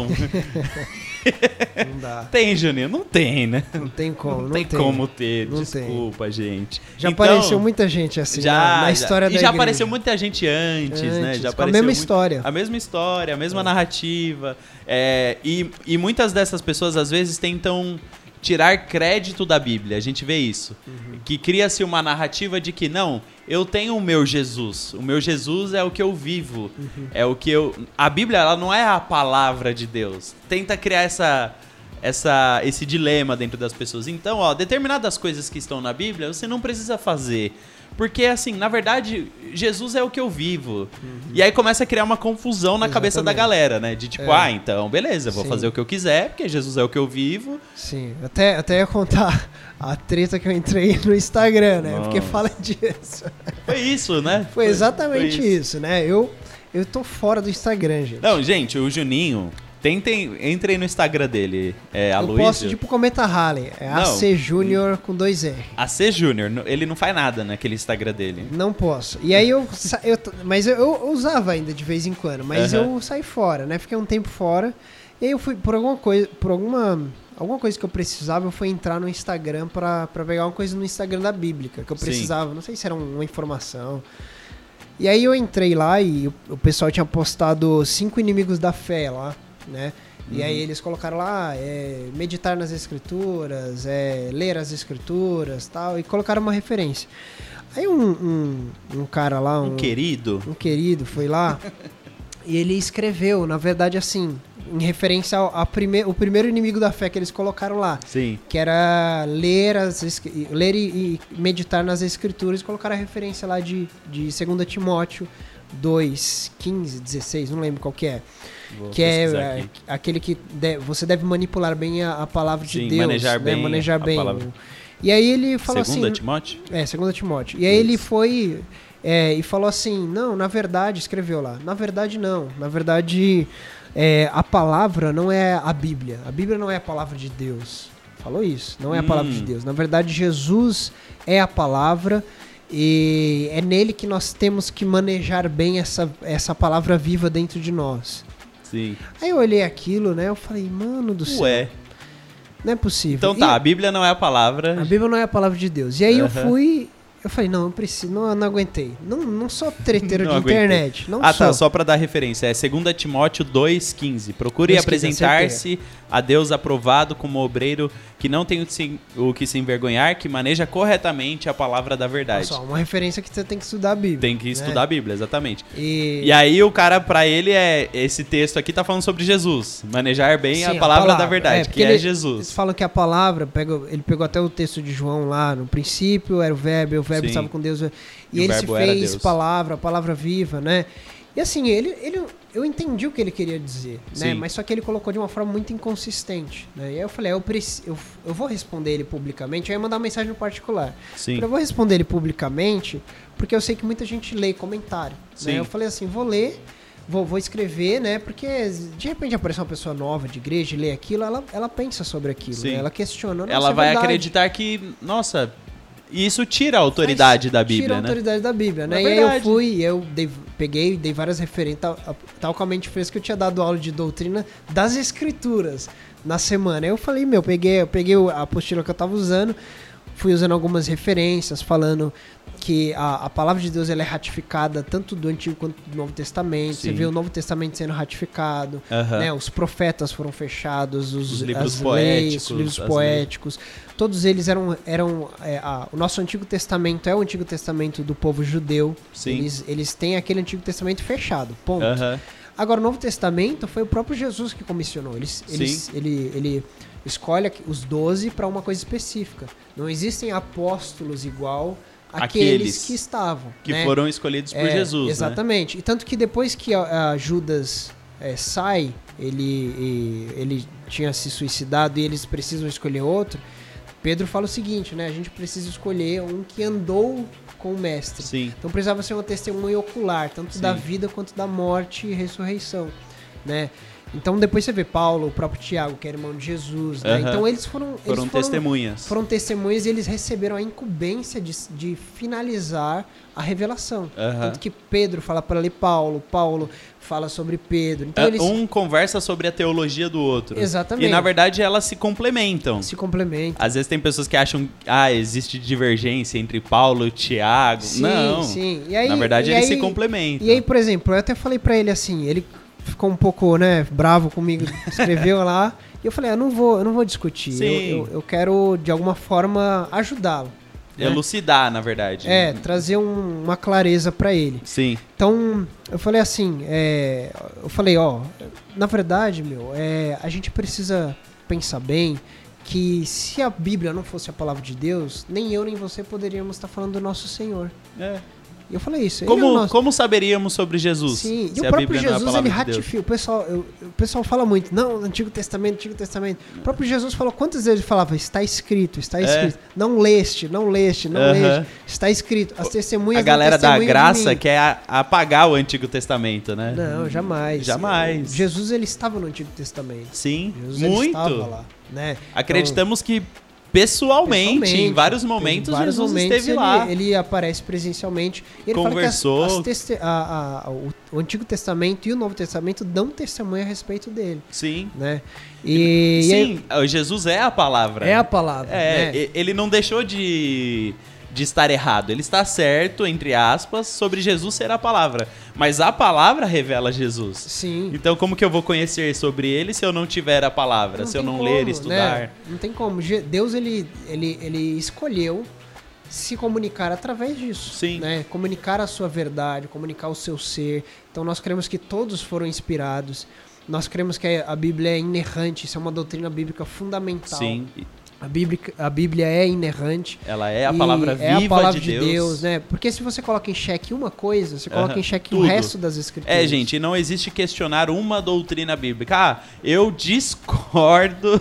Não dá. Tem, Juninho? Não tem, né? Não tem como. Não, não tem, tem como ter. não Desculpa, tem. gente. Já então, apareceu muita gente assim já, na, na história já, da E já igreja. apareceu muita gente antes, antes né? Já com a mesma muito, história. A mesma história, a mesma é. narrativa. É, e, e muitas dessas pessoas, às vezes, tentam tirar crédito da Bíblia. A gente vê isso. Uhum. Que cria-se uma narrativa de que, não, eu tenho o meu Jesus. O meu Jesus é o que eu vivo. Uhum. É o que eu... A Bíblia, ela não é a palavra de Deus. Tenta criar essa, essa, esse dilema dentro das pessoas. Então, ó, determinadas coisas que estão na Bíblia, você não precisa fazer. Porque, assim, na verdade, Jesus é o que eu vivo. Uhum. E aí começa a criar uma confusão na Exatamente. Cabeça da galera, né? De tipo, é. ah, então, beleza, eu vou Sim. fazer o que eu quiser, porque Jesus é o que eu vivo. Sim, até, até ia contar a treta que eu entrei no Instagram, né? Nossa. Porque fala disso. Foi isso, né? Foi exatamente foi isso. isso, né? Eu, eu tô fora do Instagram, gente. Não, gente, o Juninho... Tentem, entrem no Instagram dele, é Eu Aloysio. posso, tipo, Cometa Halley, é A C Júnior com dois R. A C Júnior, ele não faz nada naquele Instagram dele. Não posso. E aí eu, eu mas eu, eu usava ainda de vez em quando, mas uhum. eu saí fora, né? Fiquei um tempo fora. E aí eu fui, por alguma coisa, por alguma, alguma coisa que eu precisava, eu fui entrar no Instagram pra, pra pegar uma coisa no Instagram da Bíblica, que eu precisava, Sim. não sei se era uma informação. E aí eu entrei lá e o, o pessoal tinha postado cinco inimigos da fé lá. Né? E uhum. aí eles colocaram lá é, meditar nas escrituras, é, ler as escrituras, tal, e colocaram uma referência. Aí um, um, um cara lá, um, um querido, um querido foi lá e ele escreveu, na verdade, assim, em referência ao a prime, o primeiro inimigo da fé que eles colocaram lá, Sim. que era ler, as, ler e, e meditar nas escrituras, e colocaram a referência lá de, de dois Timóteo dois, quinze, dezesseis, não lembro qual que é. Vou que é, é aquele que de, você deve manipular bem a, a palavra de Sim, Deus, manejar né? bem manejar a bem. palavra. E aí ele falou Segunda assim... Timóteo? É, Segunda Timóteo. E aí Isso. ele foi é, e falou assim, não, na verdade, escreveu lá, na verdade não, na verdade é, a palavra não é a Bíblia, a Bíblia não é a palavra de Deus. Falou isso, não é a palavra hum. de Deus. Na verdade, Jesus é a palavra... E é nele que nós temos que manejar bem essa, essa palavra viva dentro de nós. Sim. Aí eu olhei aquilo, né? Eu falei, mano do céu. Ué. Não é possível. Então tá, e a Bíblia não é a palavra. A Bíblia não é a palavra de Deus. E aí uh-huh. eu fui... Eu falei, não, eu preciso, não, não aguentei. Não, não sou treteiro não de aguentei. internet. Não ah, sou. tá, só pra dar referência. É dois Timóteo dois, quinze. Procure dois, apresentar-se a Deus aprovado como obreiro que não tem o que se envergonhar, que maneja corretamente a palavra da verdade. Só uma referência que você tem que estudar a Bíblia. Tem que estudar né? a Bíblia, exatamente. E... e aí o cara, pra ele, é esse texto aqui tá falando sobre Jesus. Manejar bem Sim, a, palavra a palavra da verdade, é, que ele, é Jesus. Eles falam que a palavra, pega, ele pegou até o texto de João lá, no princípio era o verbo, e o verbo Sim. estava com Deus. E, e ele se fez palavra, a palavra viva, né? E assim, ele, ele, eu entendi o que ele queria dizer, né? Mas só que ele colocou de uma forma muito inconsistente, né? E aí eu falei, eu, preci, eu, eu vou responder ele publicamente, eu ia mandar uma mensagem no particular. Sim. Eu vou responder ele publicamente, porque eu sei que muita gente lê comentário. Né? Eu falei assim, vou ler, vou, vou escrever, né? Porque de repente aparecer uma pessoa nova de igreja e lê aquilo, ela, ela pensa sobre aquilo, né? Ela questiona. Ela vai verdade. acreditar que, nossa... E isso tira a autoridade Mas, da Bíblia, tira né? Tira a autoridade da Bíblia, né? É e aí eu fui, eu dei, peguei, dei várias referências, tal, tal com a mente fresca que eu tinha dado aula de doutrina das escrituras na semana. Aí eu falei, meu, peguei, eu peguei a apostila que eu tava usando, fui usando algumas referências, falando que a, a palavra de Deus ela é ratificada tanto do Antigo quanto do Novo Testamento. Sim. Você vê o Novo Testamento sendo ratificado, uh-huh. né? Os profetas foram fechados, os, os livros as poéticos, leis, os livros poéticos. Leis. Todos eles eram... eram é, a, o nosso Antigo Testamento é o Antigo Testamento do povo judeu. Sim. Eles, eles têm aquele Antigo Testamento fechado, ponto. Uh-huh. Agora, o Novo Testamento foi o próprio Jesus que comissionou. Eles, eles, ele, ele escolhe os doze para uma coisa específica. Não existem apóstolos igual... Aqueles, aqueles que estavam. Que né? foram escolhidos por é, Jesus. Exatamente. Né? E tanto que depois que a, a Judas é, sai, ele, ele tinha se suicidado e eles precisam escolher outro. Pedro fala o seguinte, né? A gente precisa escolher um que andou com o mestre. Sim. Então precisava ser uma testemunha ocular, tanto Sim. da vida quanto da morte e ressurreição. Né? Então depois você vê Paulo, o próprio Tiago, que era irmão de Jesus, né? Uhum. Então eles foram... Eles foram, foram testemunhas. Foram testemunhas e eles receberam a incumbência de, de finalizar a revelação. Uhum. Tanto que Pedro fala para ler Paulo, Paulo fala sobre Pedro. Então, eles... Um conversa sobre a teologia do outro. Exatamente. E na verdade elas se complementam. Se complementam. Às vezes tem pessoas que acham ah, existe divergência entre Paulo e Tiago. Sim, Não. Sim. E aí, na verdade e eles aí, se complementam. E aí, por exemplo, eu até falei para ele assim, ele... ficou um pouco, né, bravo comigo, escreveu lá. E eu falei, eu não vou, eu não vou discutir. Eu, eu, eu quero, de alguma forma, ajudá-lo. Né? Elucidar, na verdade. É, trazer um, uma clareza para ele. Sim. Então, eu falei assim, é, eu falei, ó, na verdade, meu, é, a gente precisa pensar bem que se a Bíblia não fosse a palavra de Deus, nem eu nem você poderíamos estar falando do nosso Senhor. É. E eu falei isso. Como, é o nosso... como saberíamos sobre Jesus? Sim, se e o a próprio Bíblia Jesus, não é a ele palavra de Deus? ratifica. O pessoal, eu, o pessoal fala muito, não, Antigo Testamento, Antigo Testamento. O próprio Jesus falou, quantas vezes ele falava, está escrito, está escrito. É. Não leste, não leste, não uh-huh. leste. Está escrito. As testemunhas A galera da graça quer a, apagar o Antigo Testamento, né? Não, jamais. Jamais. Jesus, ele estava no Antigo Testamento. Sim, Jesus, muito. Ele estava lá, né? Acreditamos então, que... Pessoalmente, pessoalmente, em vários momentos, em vários Jesus momentos esteve ele, lá. Ele aparece presencialmente. Ele Conversou. Fala que as, as teste- a, a, o, o Antigo Testamento e o Novo Testamento dão testemunho a respeito dele. Sim. Né? E, Sim, e aí, Jesus é a palavra. É a palavra. É, né? Ele não deixou de, de estar errado. Ele está certo, entre aspas, sobre Jesus ser a palavra. Mas a palavra revela Jesus. Sim. Então como que eu vou conhecer sobre ele se eu não tiver a palavra? Não se eu não como, ler, estudar? Né? Não tem como. Deus, ele, ele, ele escolheu se comunicar através disso. Sim. Né? Comunicar a sua verdade, comunicar o seu ser. Então nós cremos que todos foram inspirados. Nós cremos que a Bíblia é inerrante. Isso é uma doutrina bíblica fundamental. Sim. A Bíblia, a Bíblia é inerrante. Ela é a palavra viva é a palavra de de Deus. Deus, né? Porque se você coloca em xeque uma coisa, você coloca uhum. em xeque Tudo. o resto das escrituras. É, gente, não existe questionar uma doutrina bíblica. Ah, eu discordo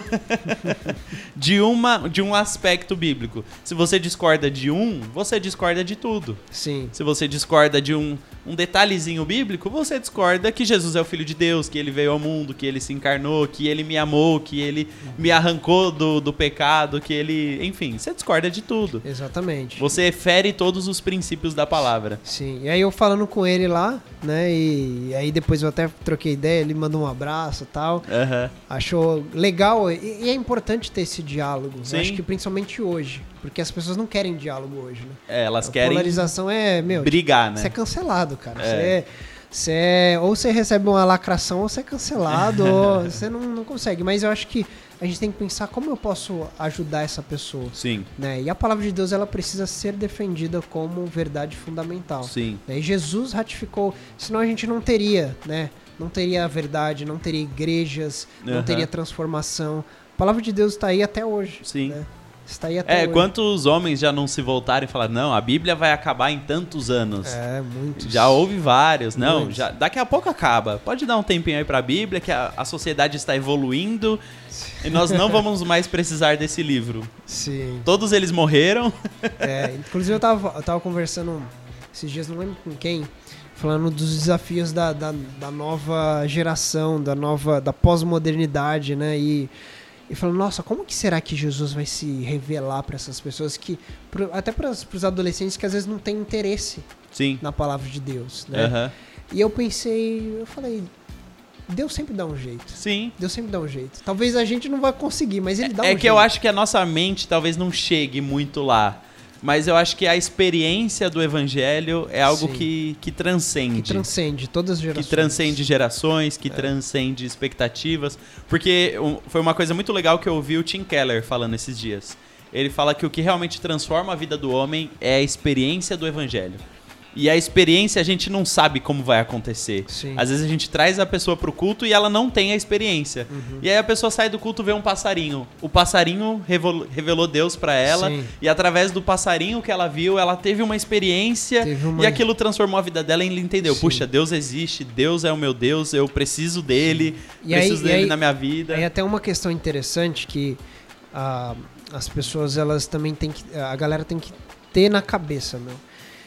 de, uma, de um aspecto bíblico. Se você discorda de um, você discorda de tudo. Sim. Se você discorda de um, um detalhezinho bíblico, você discorda que Jesus é o Filho de Deus, que ele veio ao mundo, que ele se encarnou, que ele me amou, que ele me arrancou do, do pecado, que ele... Enfim, você discorda de tudo. Exatamente. Você fere todos os princípios da palavra. Sim. E aí eu falando com ele lá, né? E aí depois eu até troquei ideia, ele mandou um abraço e tal. Uhum. Achou legal. E, e é importante ter esse diálogo. Sim. Eu acho que principalmente hoje. Porque as pessoas não querem diálogo hoje, né? É, elas a querem... polarização é, meu... brigar, né? Você é cancelado, cara. Você É. é... Você é, ou você recebe uma lacração ou você é cancelado, ou você não, não consegue. Mas eu acho que a gente tem que pensar como eu posso ajudar essa pessoa. Sim. Né? E a palavra de Deus, ela precisa ser defendida como verdade fundamental. Sim. Né? E Jesus ratificou, senão a gente não teria, né? Não teria a verdade, não teria igrejas, não Uhum. teria transformação. A palavra de Deus está aí até hoje. Sim. Né? Está aí até É, hoje. quantos homens já não se voltaram e falaram, não, a Bíblia vai acabar em tantos anos. É, muitos. Já houve vários. Não, Muitos. já, daqui a pouco acaba. Pode dar um tempinho aí pra Bíblia, que a, a sociedade está evoluindo e nós não vamos mais precisar desse livro. Sim. Todos eles morreram. É, inclusive eu tava, eu tava conversando esses dias, não lembro com quem, falando dos desafios da, da, da nova geração, da nova, da pós-modernidade, né? E, e falando, nossa, como que será que Jesus vai se revelar para essas pessoas que, pro, até para os adolescentes que às vezes não têm interesse Sim. na palavra de Deus, né? Uhum. E eu pensei, eu falei, Deus sempre dá um jeito. Sim. Deus sempre dá um jeito. Talvez a gente não vai conseguir, mas ele dá É um que jeito. eu acho que a nossa mente talvez não chegue muito lá. Mas eu acho que a experiência do evangelho é algo que, que transcende. Que transcende todas as gerações. Que transcende gerações, que É. transcende expectativas. Porque um, foi uma coisa muito legal que eu ouvi o Tim Keller falando esses dias. Ele fala que o que realmente transforma a vida do homem é a experiência do evangelho. E a experiência a gente não sabe como vai acontecer. Sim. Às vezes a gente traz a pessoa pro culto e ela não tem a experiência. Uhum. E aí a pessoa sai do culto e vê um passarinho. O passarinho revelou, revelou Deus pra ela. Sim. E através do passarinho que ela viu, ela teve uma experiência. Teve uma- E aquilo transformou a vida dela e ele entendeu. Sim. Puxa, Deus existe, Deus é o meu Deus, eu preciso dele, E aí- preciso e dele aí- na minha vida. Aí até uma questão interessante que ah, as pessoas, elas também tem que... A galera tem que ter na cabeça, meu.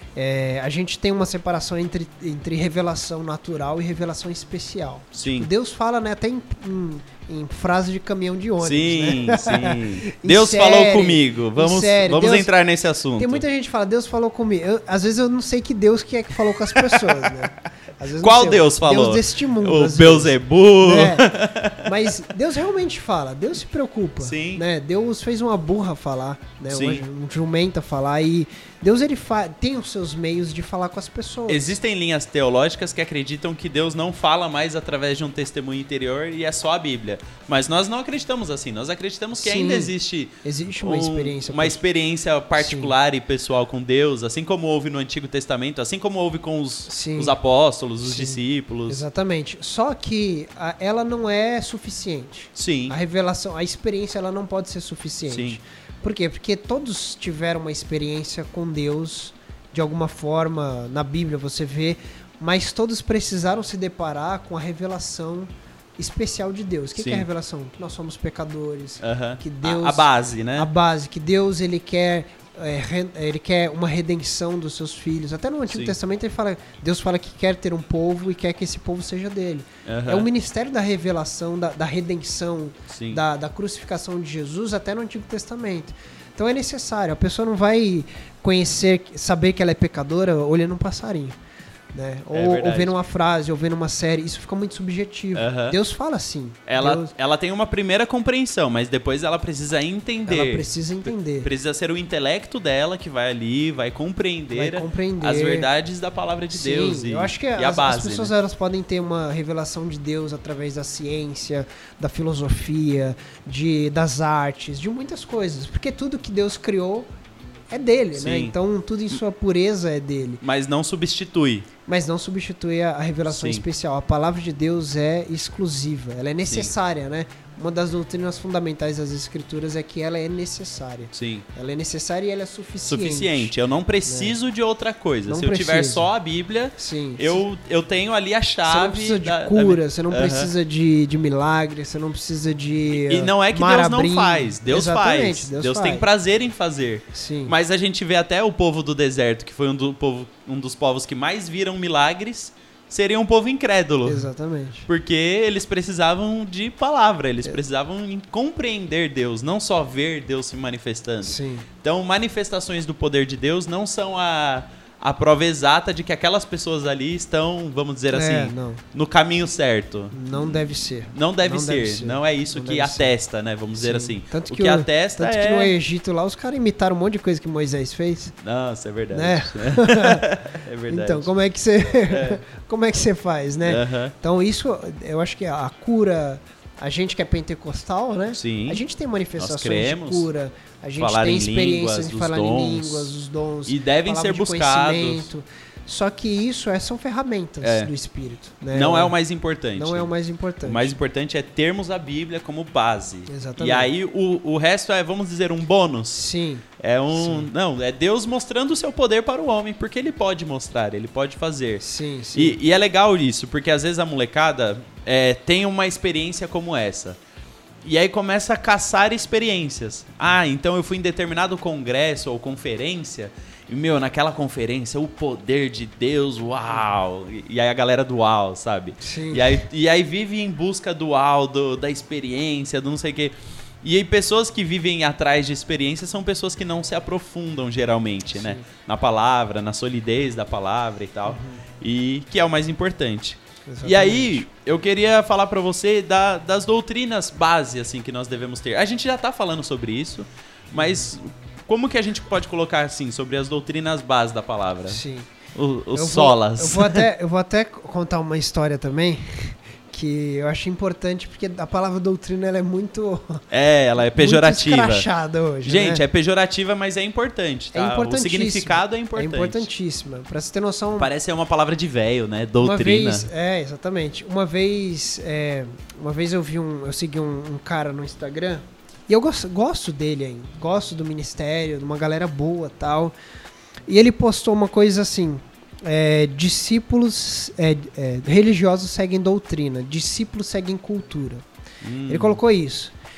É, a gente tem uma separação entre, entre revelação natural e revelação especial. Sim. Deus fala, né, até em, em em frase de caminhão de ônibus, sim, né? Sim. Deus série, falou comigo. Vamos, série, vamos Deus, entrar nesse assunto. Tem muita gente que fala, Deus falou comigo. Eu, às vezes eu não sei que Deus que é que falou com as pessoas, né? Às vezes Qual sei, Deus falou? Deus deste mundo. O Beelzebub. É, mas Deus realmente fala, Deus se preocupa. Sim. Né? Deus fez uma burra falar, né? Sim. Uma, um jumenta falar, e Deus ele fa- tem os seus meios de falar com as pessoas. Existem linhas teológicas que acreditam que Deus não fala mais através de um testemunho interior e é só a Bíblia. Mas nós não acreditamos assim. Nós acreditamos que Sim. ainda existe, Existe uma um- experiência. uma experiência particular Sim. e pessoal com Deus, assim como houve no Antigo Testamento, assim como houve com os, os apóstolos, os Sim. discípulos. Exatamente. Só que a, ela não é suficiente. Sim. A revelação, a experiência, ela não pode ser suficiente. Sim. Por quê? Porque todos tiveram uma experiência com Deus, de alguma forma, na Bíblia você vê, mas todos precisaram se deparar com a revelação especial de Deus. O que, que é a revelação? Que nós somos pecadores, uh-huh. que Deus... A, a base, né? A base, que Deus, ele quer... É, re, ele quer uma redenção dos seus filhos. Até no Antigo Sim. Testamento ele fala, Deus fala que quer ter um povo e quer que esse povo seja dele. Uhum. É o ministério da revelação, da, da redenção, da, da crucificação de Jesus até no Antigo Testamento. Então é necessário. A pessoa não vai conhecer, saber que ela é pecadora olhando um passarinho. Né? Ou, é ou vendo uma frase, ou vendo uma série, isso fica muito subjetivo. Uhum. Deus fala assim. Ela, Deus... ela tem uma primeira compreensão, mas depois ela precisa entender. Ela precisa entender. Precisa ser o intelecto dela que vai ali, vai compreender, vai compreender. as verdades da palavra de Sim, Deus. E, eu acho que e as, a base, as pessoas né? elas podem ter uma revelação de Deus através da ciência, da filosofia, de, das artes, de muitas coisas. Porque tudo que Deus criou é dele, Sim. né? Então tudo em sua pureza é dele. Mas não substitui. Mas não substitui a, a revelação Sim. especial. A palavra de Deus é exclusiva, ela é necessária, Sim. né? Uma das doutrinas fundamentais das Escrituras é que ela é necessária. Sim. Ela é necessária e ela é suficiente. Suficiente. Eu não preciso né? de outra coisa. Não Se precisa. eu tiver só a Bíblia, Sim. Eu, eu tenho ali a chave. Você não precisa de da, cura, da... você não uhum. precisa de, de milagre, você não precisa de. E não é que marabrim. Deus não faz. Deus Exatamente, faz. Deus, Deus faz. tem prazer em fazer. Sim. Mas a gente vê até o povo do deserto, que foi um, do povo, um dos povos que mais viram milagres, seria um povo incrédulo. Exatamente. Porque eles precisavam de palavra, eles é. precisavam compreender Deus, não só ver Deus se manifestando. Sim. Então, manifestações do poder de Deus não são a, a prova exata de que aquelas pessoas ali estão, vamos dizer é, assim, não. no caminho certo. Não deve ser. Não deve, não ser. deve ser. Não é isso não que atesta, ser. né? Vamos Sim. dizer assim. Tanto o que, que o, atesta tanto é... que no Egito lá os caras imitaram um monte de coisa que Moisés fez. Nossa, é verdade. Né? É verdade. Então, como é que você é. como é que você faz, né? Uhum. Então, isso, eu acho que a cura, a gente que é pentecostal, né? Sim. A gente tem manifestações cremos, de cura, a gente falar tem em experiências línguas, de falar dons, em línguas, os dons. E devem ser buscados. Só que isso é, são ferramentas é. do Espírito. Né? Não é o mais importante. Não é o mais importante. O mais importante é termos a Bíblia como base. Exatamente. E aí o, o resto é, vamos dizer, um bônus. Sim. É um. Sim. Não, é Deus mostrando o seu poder para o homem, porque ele pode mostrar, ele pode fazer. Sim, sim. E, e é legal isso, porque às vezes a molecada é, tem uma experiência como essa. E aí começa a caçar experiências. Ah, então eu fui em determinado congresso ou conferência. E, meu, naquela conferência, o poder de Deus, uau! E aí a galera do uau, sabe? Sim. E aí, e aí vive em busca do uau, do, da experiência, do não sei o quê. E aí pessoas que vivem atrás de experiências são pessoas que não se aprofundam, geralmente, Sim. né? Na palavra, na solidez da palavra e tal. Uhum. E que é o mais importante. Exatamente. E aí, eu queria falar pra você da, das doutrinas base, assim, que nós devemos ter. A gente já tá falando sobre isso, mas... Como que a gente pode colocar assim sobre as doutrinas básicas da palavra? Sim. O, os eu solas. Vou, eu, vou até, eu vou até contar uma história também que eu acho importante porque a palavra doutrina ela é muito é, ela é pejorativa. Muito escrachada hoje. Gente, né? é pejorativa, mas é importante. Tá? É importantíssima. O significado é importante. É importantíssima. Pra você ter noção. Parece uma palavra de velho, né? Doutrina. Uma vez, é, exatamente. Uma vez, é, uma vez eu vi um, eu segui um, um cara no Instagram. E eu gosto, gosto dele ainda, gosto do ministério, de uma galera boa e tal. E ele postou uma coisa assim, é, discípulos é, é, religiosos seguem doutrina, discípulos seguem cultura. Hum. Ele colocou isso.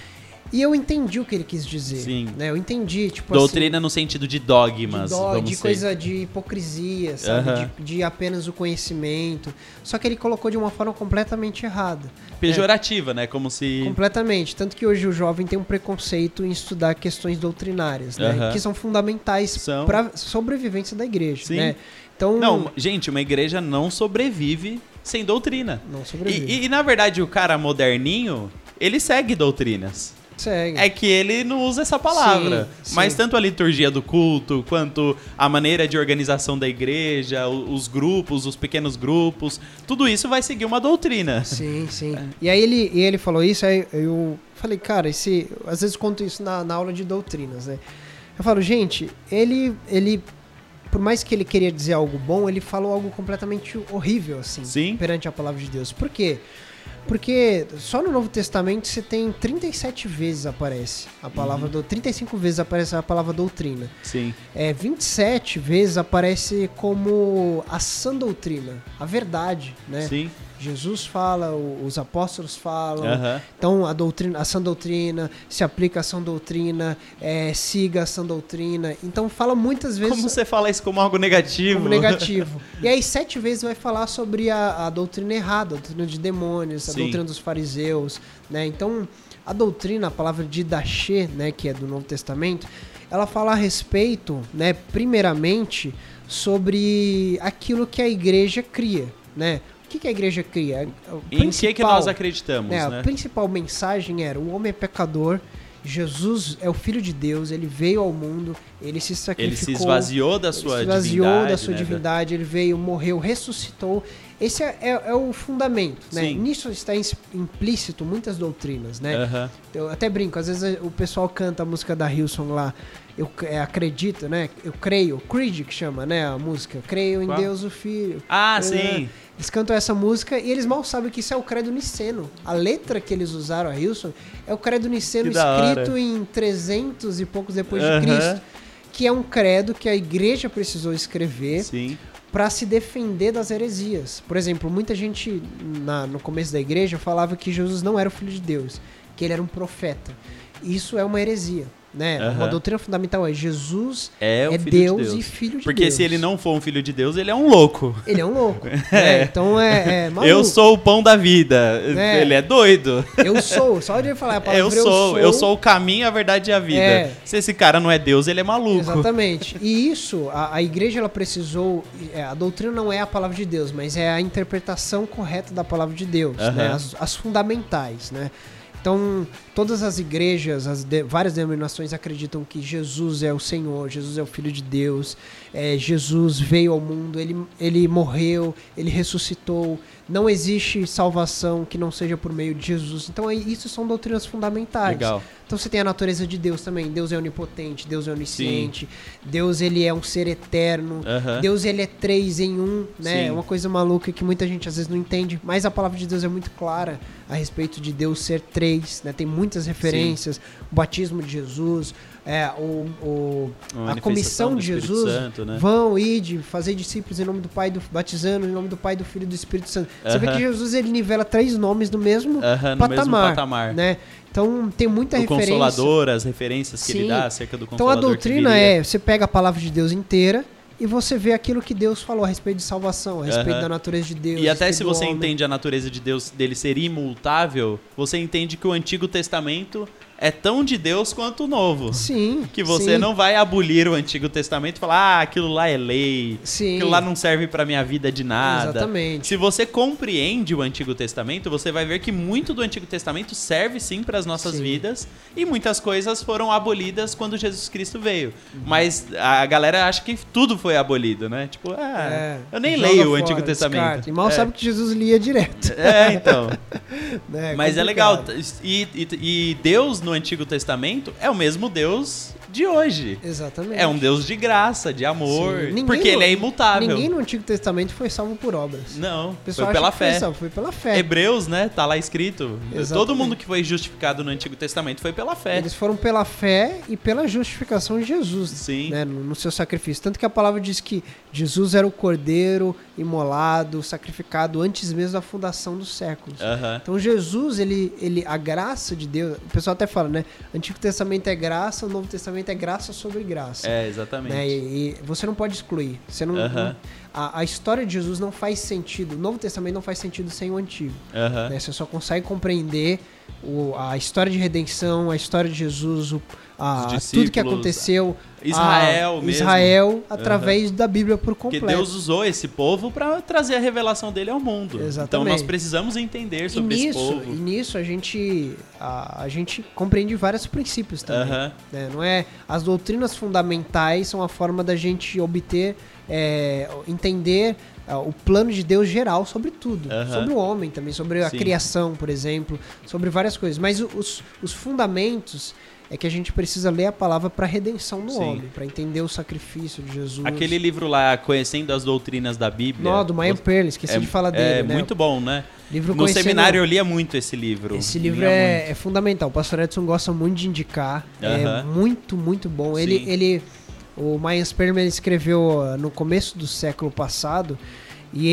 E eu entendi o que ele quis dizer. Sim. Né? Eu entendi, tipo doutrina assim, no sentido de dogmas, de, do, vamos de ser. coisa de hipocrisia, sabe? Uh-huh. De, de apenas o conhecimento. Só que ele colocou de uma forma completamente errada. Pejorativa, né? Como se... Completamente. Tanto que hoje o jovem tem um preconceito em estudar questões doutrinárias, né? Uh-huh. Que são fundamentais São... para a sobrevivência da igreja, Sim. né? Então, não, gente, uma igreja não sobrevive sem doutrina. Não sobrevive. E, e, e, na verdade, o cara moderninho, ele segue doutrinas. Segue. É que ele não usa essa palavra. Sim, mas sim. tanto a liturgia do culto, quanto a maneira de organização da igreja, os grupos, os pequenos grupos, tudo isso vai seguir uma doutrina. Sim, sim. É. E aí ele, e ele falou isso, aí eu falei, cara, esse, às vezes eu conto isso na, na aula de doutrinas, né? Eu falo, gente, ele, ele, por mais que ele queria dizer algo bom, ele falou algo completamente horrível, assim, Sim. perante a palavra de Deus. Por quê? Porque só no Novo Testamento você tem trinta e sete vezes aparece a palavra uhum. do, trinta e cinco vezes aparece a palavra doutrina. Sim. É, vinte e sete vezes aparece como a sã doutrina, a verdade, né? Sim. Jesus fala, os apóstolos falam, Uhum. então a doutrina, a sã doutrina, se aplica a sã doutrina, é, siga a sã doutrina, então fala muitas vezes... Como você fala isso como algo negativo? Como negativo. E aí sete vezes vai falar sobre a, a doutrina errada, a doutrina de demônios, a Sim. doutrina dos fariseus, né? Então a doutrina, a palavra didache, né, que é do Novo Testamento, ela fala a respeito, né, primeiramente, sobre aquilo que a igreja cria, né? O que, que a igreja cria? Em que que nós acreditamos, né, né? A principal mensagem era: o homem é pecador, Jesus é o Filho de Deus, ele veio ao mundo, ele se sacrificou. Ele se esvaziou da sua ele se esvaziou divindade. da sua né? divindade, ele veio, morreu, ressuscitou. Esse é, é, é o fundamento, né? Sim. Nisso está implícito muitas doutrinas, né? Uhum. Eu até brinco, às vezes o pessoal canta a música da Hillsong lá, eu é, acredito, né? Eu creio, Creed que chama, né? A música, creio em Qual? Deus o Filho. Ah, é, sim. Eles cantam essa música e eles mal sabem que isso é o credo niceno. A letra que eles usaram, a Hillsong, é o credo niceno Que da escrito hora. em trezentos e poucos depois Uhum. de Cristo, que é um credo que a igreja precisou escrever Sim. para se defender das heresias. Por exemplo, muita gente na, no começo da igreja falava que Jesus não era o Filho de Deus, que ele era um profeta. Isso é uma heresia, né? Uhum. Uma doutrina fundamental é: Jesus É, o é filho Deus, de Deus e Filho de Porque Deus. se ele não for um filho de Deus, ele é um louco. Ele é um louco. É. né? Então é, é maluco. Eu sou o pão da vida. É. Ele é doido. Eu sou. Só de ele falar a palavra Eu eu sou, sou. eu sou o caminho, a verdade e a vida. É. Se esse cara não é Deus, ele é maluco. Exatamente. E isso, a, a igreja ela precisou... É, a doutrina não é a palavra de Deus, mas é a interpretação correta da palavra de Deus, Uhum. né? As, as fundamentais, né? Então, todas as igrejas, as de, várias denominações acreditam que Jesus é o Senhor, Jesus é o Filho de Deus, é, Jesus veio ao mundo, ele, ele morreu, ele ressuscitou, não existe salvação que não seja por meio de Jesus. Então, aí, isso são doutrinas fundamentais. Legal. Então você tem a natureza de Deus também. Deus é onipotente, Deus é onisciente, Sim. Deus ele é um ser eterno, Uhum. Deus ele é três em um, né? Sim. É uma coisa maluca que muita gente às vezes não entende, mas a palavra de Deus é muito clara a respeito de Deus ser três, né? Tem muitas referências, Sim. o batismo de Jesus, é, o, o, a comissão de Jesus, Santo, né? vão ide, fazer discípulos em nome do Pai, do, batizando em nome do Pai, do Filho e do Espírito Santo. Você Uhum. vê que Jesus ele nivela três nomes no mesmo, Uhum, no patamar, mesmo patamar, né? Então tem muita o referência. Consolador, as referências que Sim. ele dá acerca do Então Consolador. a doutrina é, você pega a palavra de Deus inteira e você vê aquilo que Deus falou a respeito de salvação, a respeito Uhum. da natureza de Deus. E até respeito se do você homem. entende a natureza de Deus, dele ser imutável, você entende que o Antigo Testamento é tão de Deus quanto o Novo. Sim. Que você sim. não vai abolir o Antigo Testamento e falar, ah, aquilo lá é lei, Sim. aquilo lá não serve pra minha vida de nada. Exatamente. Se você compreende o Antigo Testamento, você vai ver que muito do Antigo Testamento serve sim para as nossas Sim. vidas e muitas coisas foram abolidas quando Jesus Cristo veio. Uhum. Mas a galera acha que tudo foi abolido, né? Tipo, ah, É, eu nem joga leio o fora, Antigo Testamento. descarta. E mal é. sabe que Jesus lia direto. É, então. né? Mas é complicado. legal. E, e, e Deus no Antigo Testamento é o mesmo Deus de hoje. Exatamente. É um Deus de graça, de amor, Ninguém porque no- ele é imutável. Ninguém no Antigo Testamento foi salvo por obras. Não, O pessoal foi pela acha que fé. Foi, salvo, foi pela fé. Hebreus, né? Tá lá escrito. Exatamente. Todo mundo que foi justificado no Antigo Testamento foi pela fé. Eles foram pela fé e pela justificação de Jesus, Sim. né, no, no seu sacrifício. Tanto que a palavra diz que Jesus era o cordeiro imolado, sacrificado antes mesmo da fundação dos séculos. Aham. Então Jesus, ele, ele, a graça de Deus, o pessoal até fala, né? Antigo Testamento é graça, o Novo Testamento é graça sobre graça. É, exatamente. Né? E, e você não pode excluir. Você não, Aham. não- a, a história de Jesus não faz sentido. O Novo Testamento não faz sentido sem o Antigo. Aham. Né? Você só consegue compreender o, a história de redenção, a história de Jesus, o, a, Os tudo que discípulos, aconteceu. Israel a, mesmo. Israel através da Bíblia por Porque completo. Deus usou esse povo para trazer a revelação dele ao mundo. Então Exatamente. nós precisamos entender E sobre esse nisso, povo. e nisso a gente, a, a gente compreende vários princípios também. Aham. Né? Não é, as doutrinas fundamentais são a forma da gente obter, é, entender é, o plano de Deus geral sobre tudo. Aham. Sobre o homem também, sobre a Sim. criação, por exemplo, sobre várias coisas. Mas os, os fundamentos é que a gente precisa ler a palavra para a redenção do Sim. homem, para entender o sacrifício de Jesus. Aquele livro lá, Conhecendo as Doutrinas da Bíblia. Nó, do Mayan você- Perlin, esqueci é, de falar dele. É né? muito bom, né? Livro No Conhecendo- seminário eu lia muito esse livro. Esse livro Lia é, muito. é fundamental. O pastor Edson gosta muito de indicar. É Aham. muito, muito bom. Ele, Sim. ele, o Myers Perlman escreveu uh, no começo do século passado e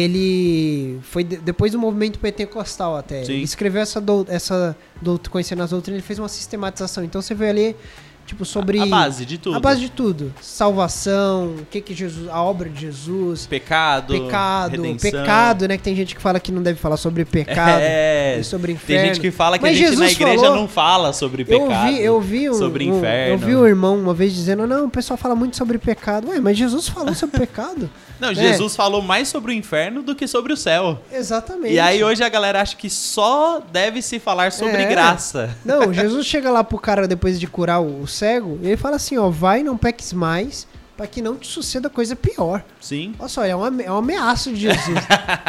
ele foi de- depois do movimento pentecostal até. Sim. Ele escreveu essa, dou, essa doutrina, conhecendo as doutrinas, ele fez uma sistematização. Então você vê ali tipo sobre A base de tudo. a base de tudo. Salvação, o que que Jesus, a obra de Jesus, Pecado, pecado, redenção. pecado, né? Que tem gente que fala que não deve falar sobre pecado É, e sobre inferno. tem gente que fala que Mas a gente Jesus na igreja falou- não fala sobre Eu pecado. vi, eu vi um, sobre um- inferno. eu vi um irmão uma vez dizendo, não, o pessoal fala muito sobre pecado. Ué, mas Jesus falou sobre pecado? Não, É. Jesus falou mais sobre o inferno do que sobre o céu. Exatamente. E aí hoje a galera acha que só deve se falar sobre É. graça. Não, Jesus chega lá pro cara depois de curar o, o cego, e ele fala assim, ó, vai, não peques mais, pra que não te suceda coisa pior. Sim. Olha só, é uma, é uma ameaça de Jesus.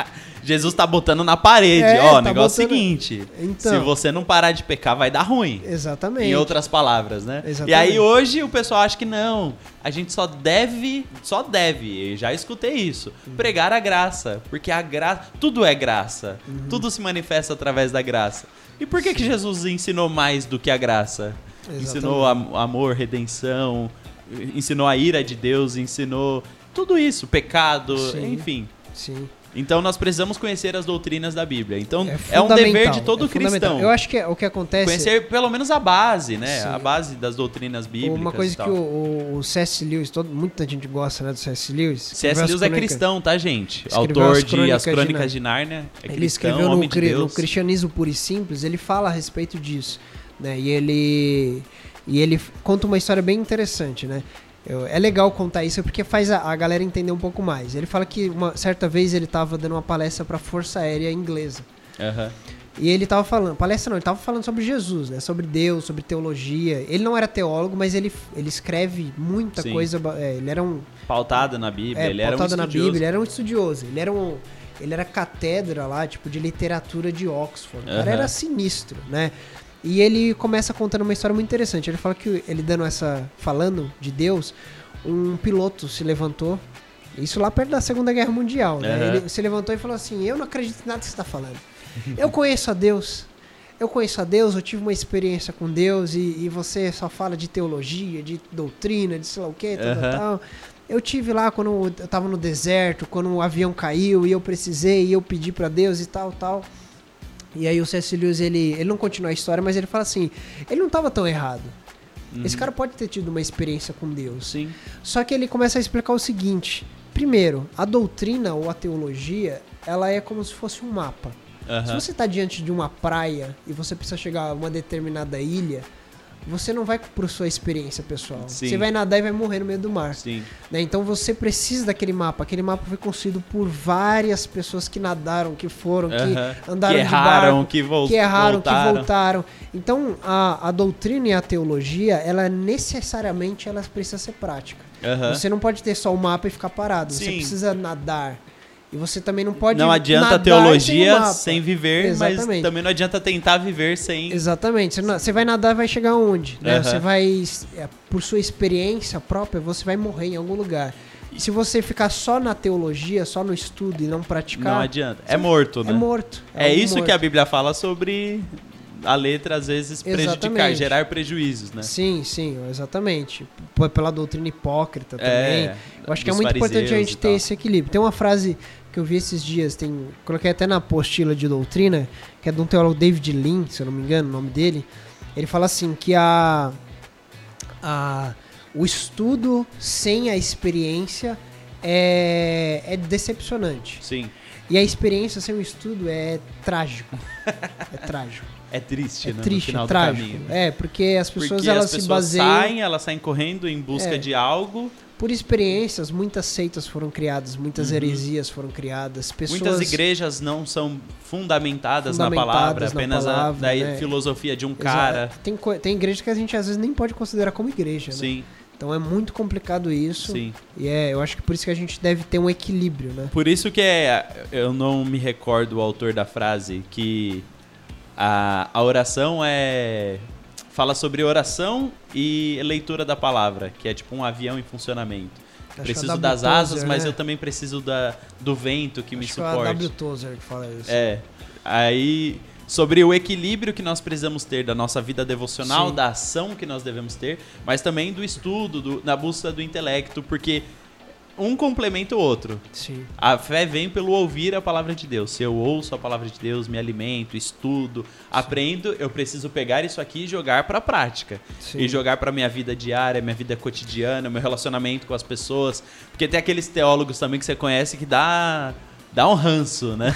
Jesus tá botando na parede, É, ó, o tá negócio é o botando- seguinte, Então. se você não parar de pecar vai dar ruim. Exatamente. Em outras palavras, né? Exatamente. E aí hoje o pessoal acha que não, a gente só deve, só deve, eu já escutei isso, Uhum. pregar a graça, porque a graça, tudo é graça, Uhum. tudo se manifesta através da graça. E por que que Jesus ensinou mais do que a graça? Exatamente. Ensinou am- amor, redenção, ensinou a ira de Deus, ensinou tudo isso, pecado, Sim. enfim. Sim. Então nós precisamos conhecer as doutrinas da Bíblia. Então é, É um dever fundamental, de todo é fundamental. cristão. Eu acho que é- o que acontece... Conhecer pelo menos a base, né? Sim. A base das doutrinas bíblicas. Uma coisa e tal. que o, o- o C S. Lewis, todo, muita gente gosta, né, do C S. Lewis. C S. Escreveu as Lewis é crônicas- cristão, tá, gente? Escreveu Autor as de Crônicas As de Crônicas de Nárnia. É Ele cristão, escreveu no, homem de cri- no Deus. Cristianismo Puro e Simples, ele fala a respeito disso, né? E ele e ele conta uma história bem interessante, né? Eu- é legal contar isso porque faz a, a galera entender um pouco mais. Ele fala que uma certa vez ele estava dando uma palestra para a Força Aérea Inglesa. Aham. E ele estava falando, palestra não, ele estava falando sobre Jesus, né? Sobre Deus, sobre teologia. Ele não era teólogo, mas ele, ele escreve muita Sim. coisa. é, ele era um Pautada na Bíblia. é, ele era um pautada na estudioso. Bíblia, ele era um estudioso. Ele era um, ele era catedra lá, tipo, de literatura de Oxford. O cara Aham. era sinistro, né? E ele começa contando uma história muito interessante. Ele fala que ele dando essa, falando de Deus, um piloto se levantou, isso lá perto da Segunda Guerra Mundial, né? Aham. Ele se levantou e falou assim: eu não acredito em nada que você está falando. Eu conheço a Deus. Eu conheço a Deus, eu tive uma experiência com Deus e, e você só fala de teologia, de doutrina, de sei lá o que, tal, tal, Aham. tal. Eu tive lá quando eu tava no deserto, quando o avião caiu e eu precisei e eu pedi pra Deus e tal, tal. E aí o C S. Lewis, ele, ele não continua a história, mas ele fala assim, ele não tava tão errado. Uhum. Esse cara pode ter tido uma experiência com Deus. Sim. Só que ele começa a explicar o seguinte. Primeiro, a doutrina ou a teologia, ela é como se fosse um mapa. Se Aham. você está diante de uma praia e você precisa chegar a uma determinada ilha, você não vai por sua experiência pessoal. Sim. Você vai nadar e vai morrer no meio do mar. Sim. Né? Então você precisa daquele mapa. Aquele mapa foi construído por várias pessoas que nadaram, que foram, Aham. que andaram que de erraram, barco, que, vol que erraram, voltaram. que voltaram. Então a, a doutrina e a teologia, ela necessariamente ela precisa ser prática. Aham. Você não pode ter só o mapa e ficar parado. Você Sim. precisa nadar. E você também não pode Não adianta nadar teologia sem, sem viver, Exatamente. mas também não adianta tentar viver sem... Exatamente. Você, não, você vai nadar e vai chegar onde? Né? Uhum. Você vai, por sua experiência própria, você vai morrer em algum lugar. E se você ficar só na teologia, só no estudo e não praticar... Não adianta. É morto, né? É morto. É, É isso morto. que a Bíblia fala sobre a letra, às vezes, prejudicar, Exatamente. gerar prejuízos, né? Sim, sim, exatamente. P- Pela doutrina hipócrita também. É, Eu acho que é dos muito importante a fariseus gente e ter tal. esse equilíbrio. Tem uma frase que eu vi esses dias, tem, coloquei até na apostila de doutrina, que é de um teólogo David Lean, se eu não me engano, o nome dele. Ele fala assim, que a, a, o estudo sem a experiência é, é decepcionante. Sim. E a experiência sem o estudo é trágico. É trágico. É triste, É né? triste, no final é do trágico. caminho. É, porque as pessoas Porque elas as se pessoas baseiam saem, elas saem correndo em busca É. de algo. por experiências. Muitas seitas foram criadas, muitas Uhum. heresias foram criadas. Pessoas Muitas igrejas não são fundamentadas, na Fundamentadas palavra, na apenas palavra, a, da né? filosofia de um Exato. cara. Tem, co- tem igreja que a gente às vezes nem pode considerar como igreja, né? Sim, Então é muito complicado isso. sim. E é, eu acho que por isso que a gente deve ter um equilíbrio, né? Por isso que é, eu não me recordo o autor da frase, que a, a oração é... Fala sobre oração e leitura da palavra, que é tipo um avião em funcionamento. Acho Preciso que é a das W. asas, Tozer, mas né? eu também preciso da, do vento que me Acho que é a suporte. W. Tozer que fala isso. É, aí sobre o equilíbrio que nós precisamos ter da nossa vida devocional, Sim. da ação que nós devemos ter, mas também do estudo, do, na busca do intelecto, porque um complementa o outro. Sim. A fé vem pelo ouvir a palavra de Deus. Se eu ouço a palavra de Deus, me alimento, estudo, aprendo, eu preciso pegar isso aqui e jogar para a prática. Sim. E jogar para minha vida diária, minha vida cotidiana, meu relacionamento com as pessoas. Porque tem aqueles teólogos também que você conhece que dá, dá um ranço, né?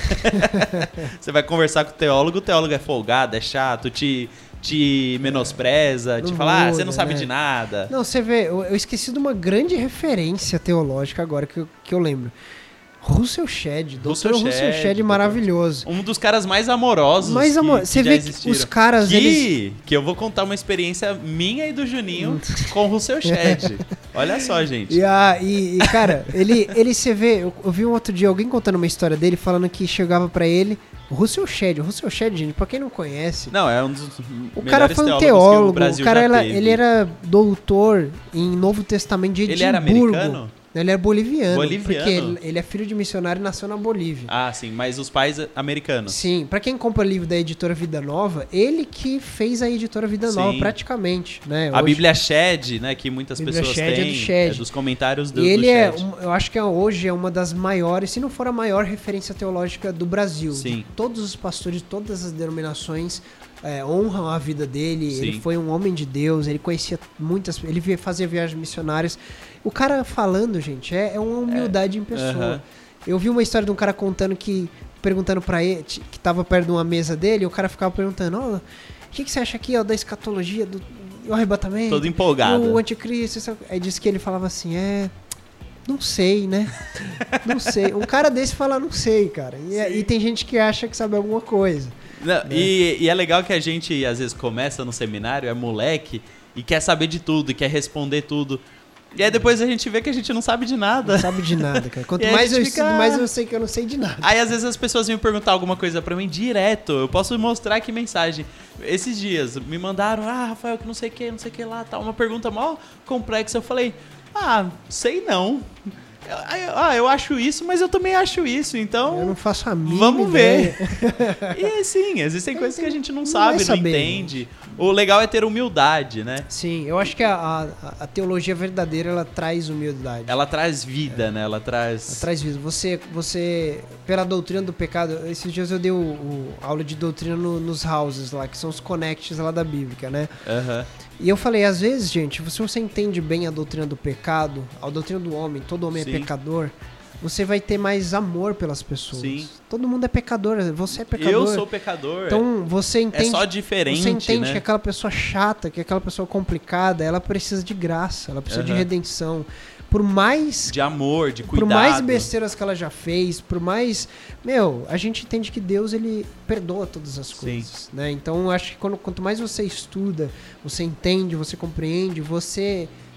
Você vai conversar com o teólogo, o teólogo é folgado, é chato, te, te menospreza, Não te fala, ah, você muda, não sabe né? de nada. Não, você vê, eu, eu esqueci de uma grande referência teológica agora que eu, que eu lembro. Russell Shedd, doutor Russell Russell Shedd, Shedd, maravilhoso. Um dos caras mais amorosos Mas, que, amor, que você já vê que existiram. os caras, que, eles... que eu vou contar uma experiência minha e do Juninho com o Russell Shedd. Olha só, gente. E, a, e, e, cara, ele, ele você vê, eu, eu vi um outro dia alguém contando uma história dele, falando que chegava pra ele, o Russell Shedd, o Russell Shedd, gente, pra quem não conhece, Não, é um dos o cara melhores foi um teólogos que teólogo, o Brasil o cara já ela- teve. ele era doutor em Novo Testamento de Edimburgo. Ele era americano? Ele era boliviano, Boliviano. porque ele, ele é filho de missionário e nasceu na Bolívia. Ah, sim, mas os pais americanos. Sim, pra quem compra livro da editora Vida Nova, ele que fez a editora Vida Sim. Nova praticamente, né? A Hoje- Bíblia Shedd, né, que muitas Bíblia pessoas Shedd é têm, do Shedd. dos comentários do, E ele do é, Shedd. um- eu acho que é- hoje é uma das maiores, se não for a maior referência teológica do Brasil. Sim. De todos os pastores de todas as denominações é, honram a vida dele. Sim. Ele foi um homem de Deus, ele conhecia muitas, ele via- fazia viagens missionárias. O cara falando, gente, é, é uma humildade em pessoa. aham. Eu vi uma história de um cara contando que, perguntando pra ele, que tava perto de uma mesa dele, e o cara ficava perguntando, ó, o que, que você acha aqui, ó, da escatologia, do, do arrebatamento? Todo empolgado. O anticristo, isso- aí disse que ele falava assim, é... Não sei, né? Não sei. Um cara desse fala, não sei, cara. E, é- e tem gente que acha que sabe alguma coisa. Não, e, e é legal que a gente, às vezes, começa no seminário, é moleque, e quer saber de tudo, e quer responder tudo. E aí depois a gente vê que a gente não sabe de nada. Não sabe de nada, cara. Quanto E aí a mais eu gente estudo, fica- mais eu sei que eu não sei de nada. Aí às vezes as pessoas vêm perguntar alguma coisa pra mim direto. Eu posso mostrar aqui mensagem. Esses dias me mandaram, ah, Rafael, que não sei o que, não sei o que lá, tá. Uma pergunta mó complexa. Eu falei, ah, sei não. Eu- aí eu- Ah, eu acho isso, mas eu também acho isso, então. Eu não faço a mínima Vamos ver. ideia. E sim, existem coisas que a gente não Não sabe, vai não saber, entende. O legal é ter humildade, né? Sim, eu acho que a, a, a teologia verdadeira, ela traz humildade. Ela traz vida, né? Ela traz. Ela traz vida. Você, você, pela doutrina do pecado, esses dias eu dei o, o- aula de doutrina no- nos houses lá, que são os connects lá da Bíblia, né? Aham. E eu falei, às vezes, gente, se você entende bem a doutrina do pecado, a doutrina do homem, todo homem Sim. é pecador, você vai ter mais amor pelas pessoas. Sim. Todo mundo é pecador, você é pecador. Eu sou pecador. Então você é entende, só diferente, você entende né? que aquela pessoa chata, que aquela pessoa complicada, ela precisa de graça, ela precisa de Aham. redenção. Por mais De amor, de cuidado. por mais besteiras que ela já fez, por mais... Meu, a gente entende que Deus, ele perdoa todas as coisas, né? Então, eu acho que quando, quanto mais você estuda, você entende, você compreende, você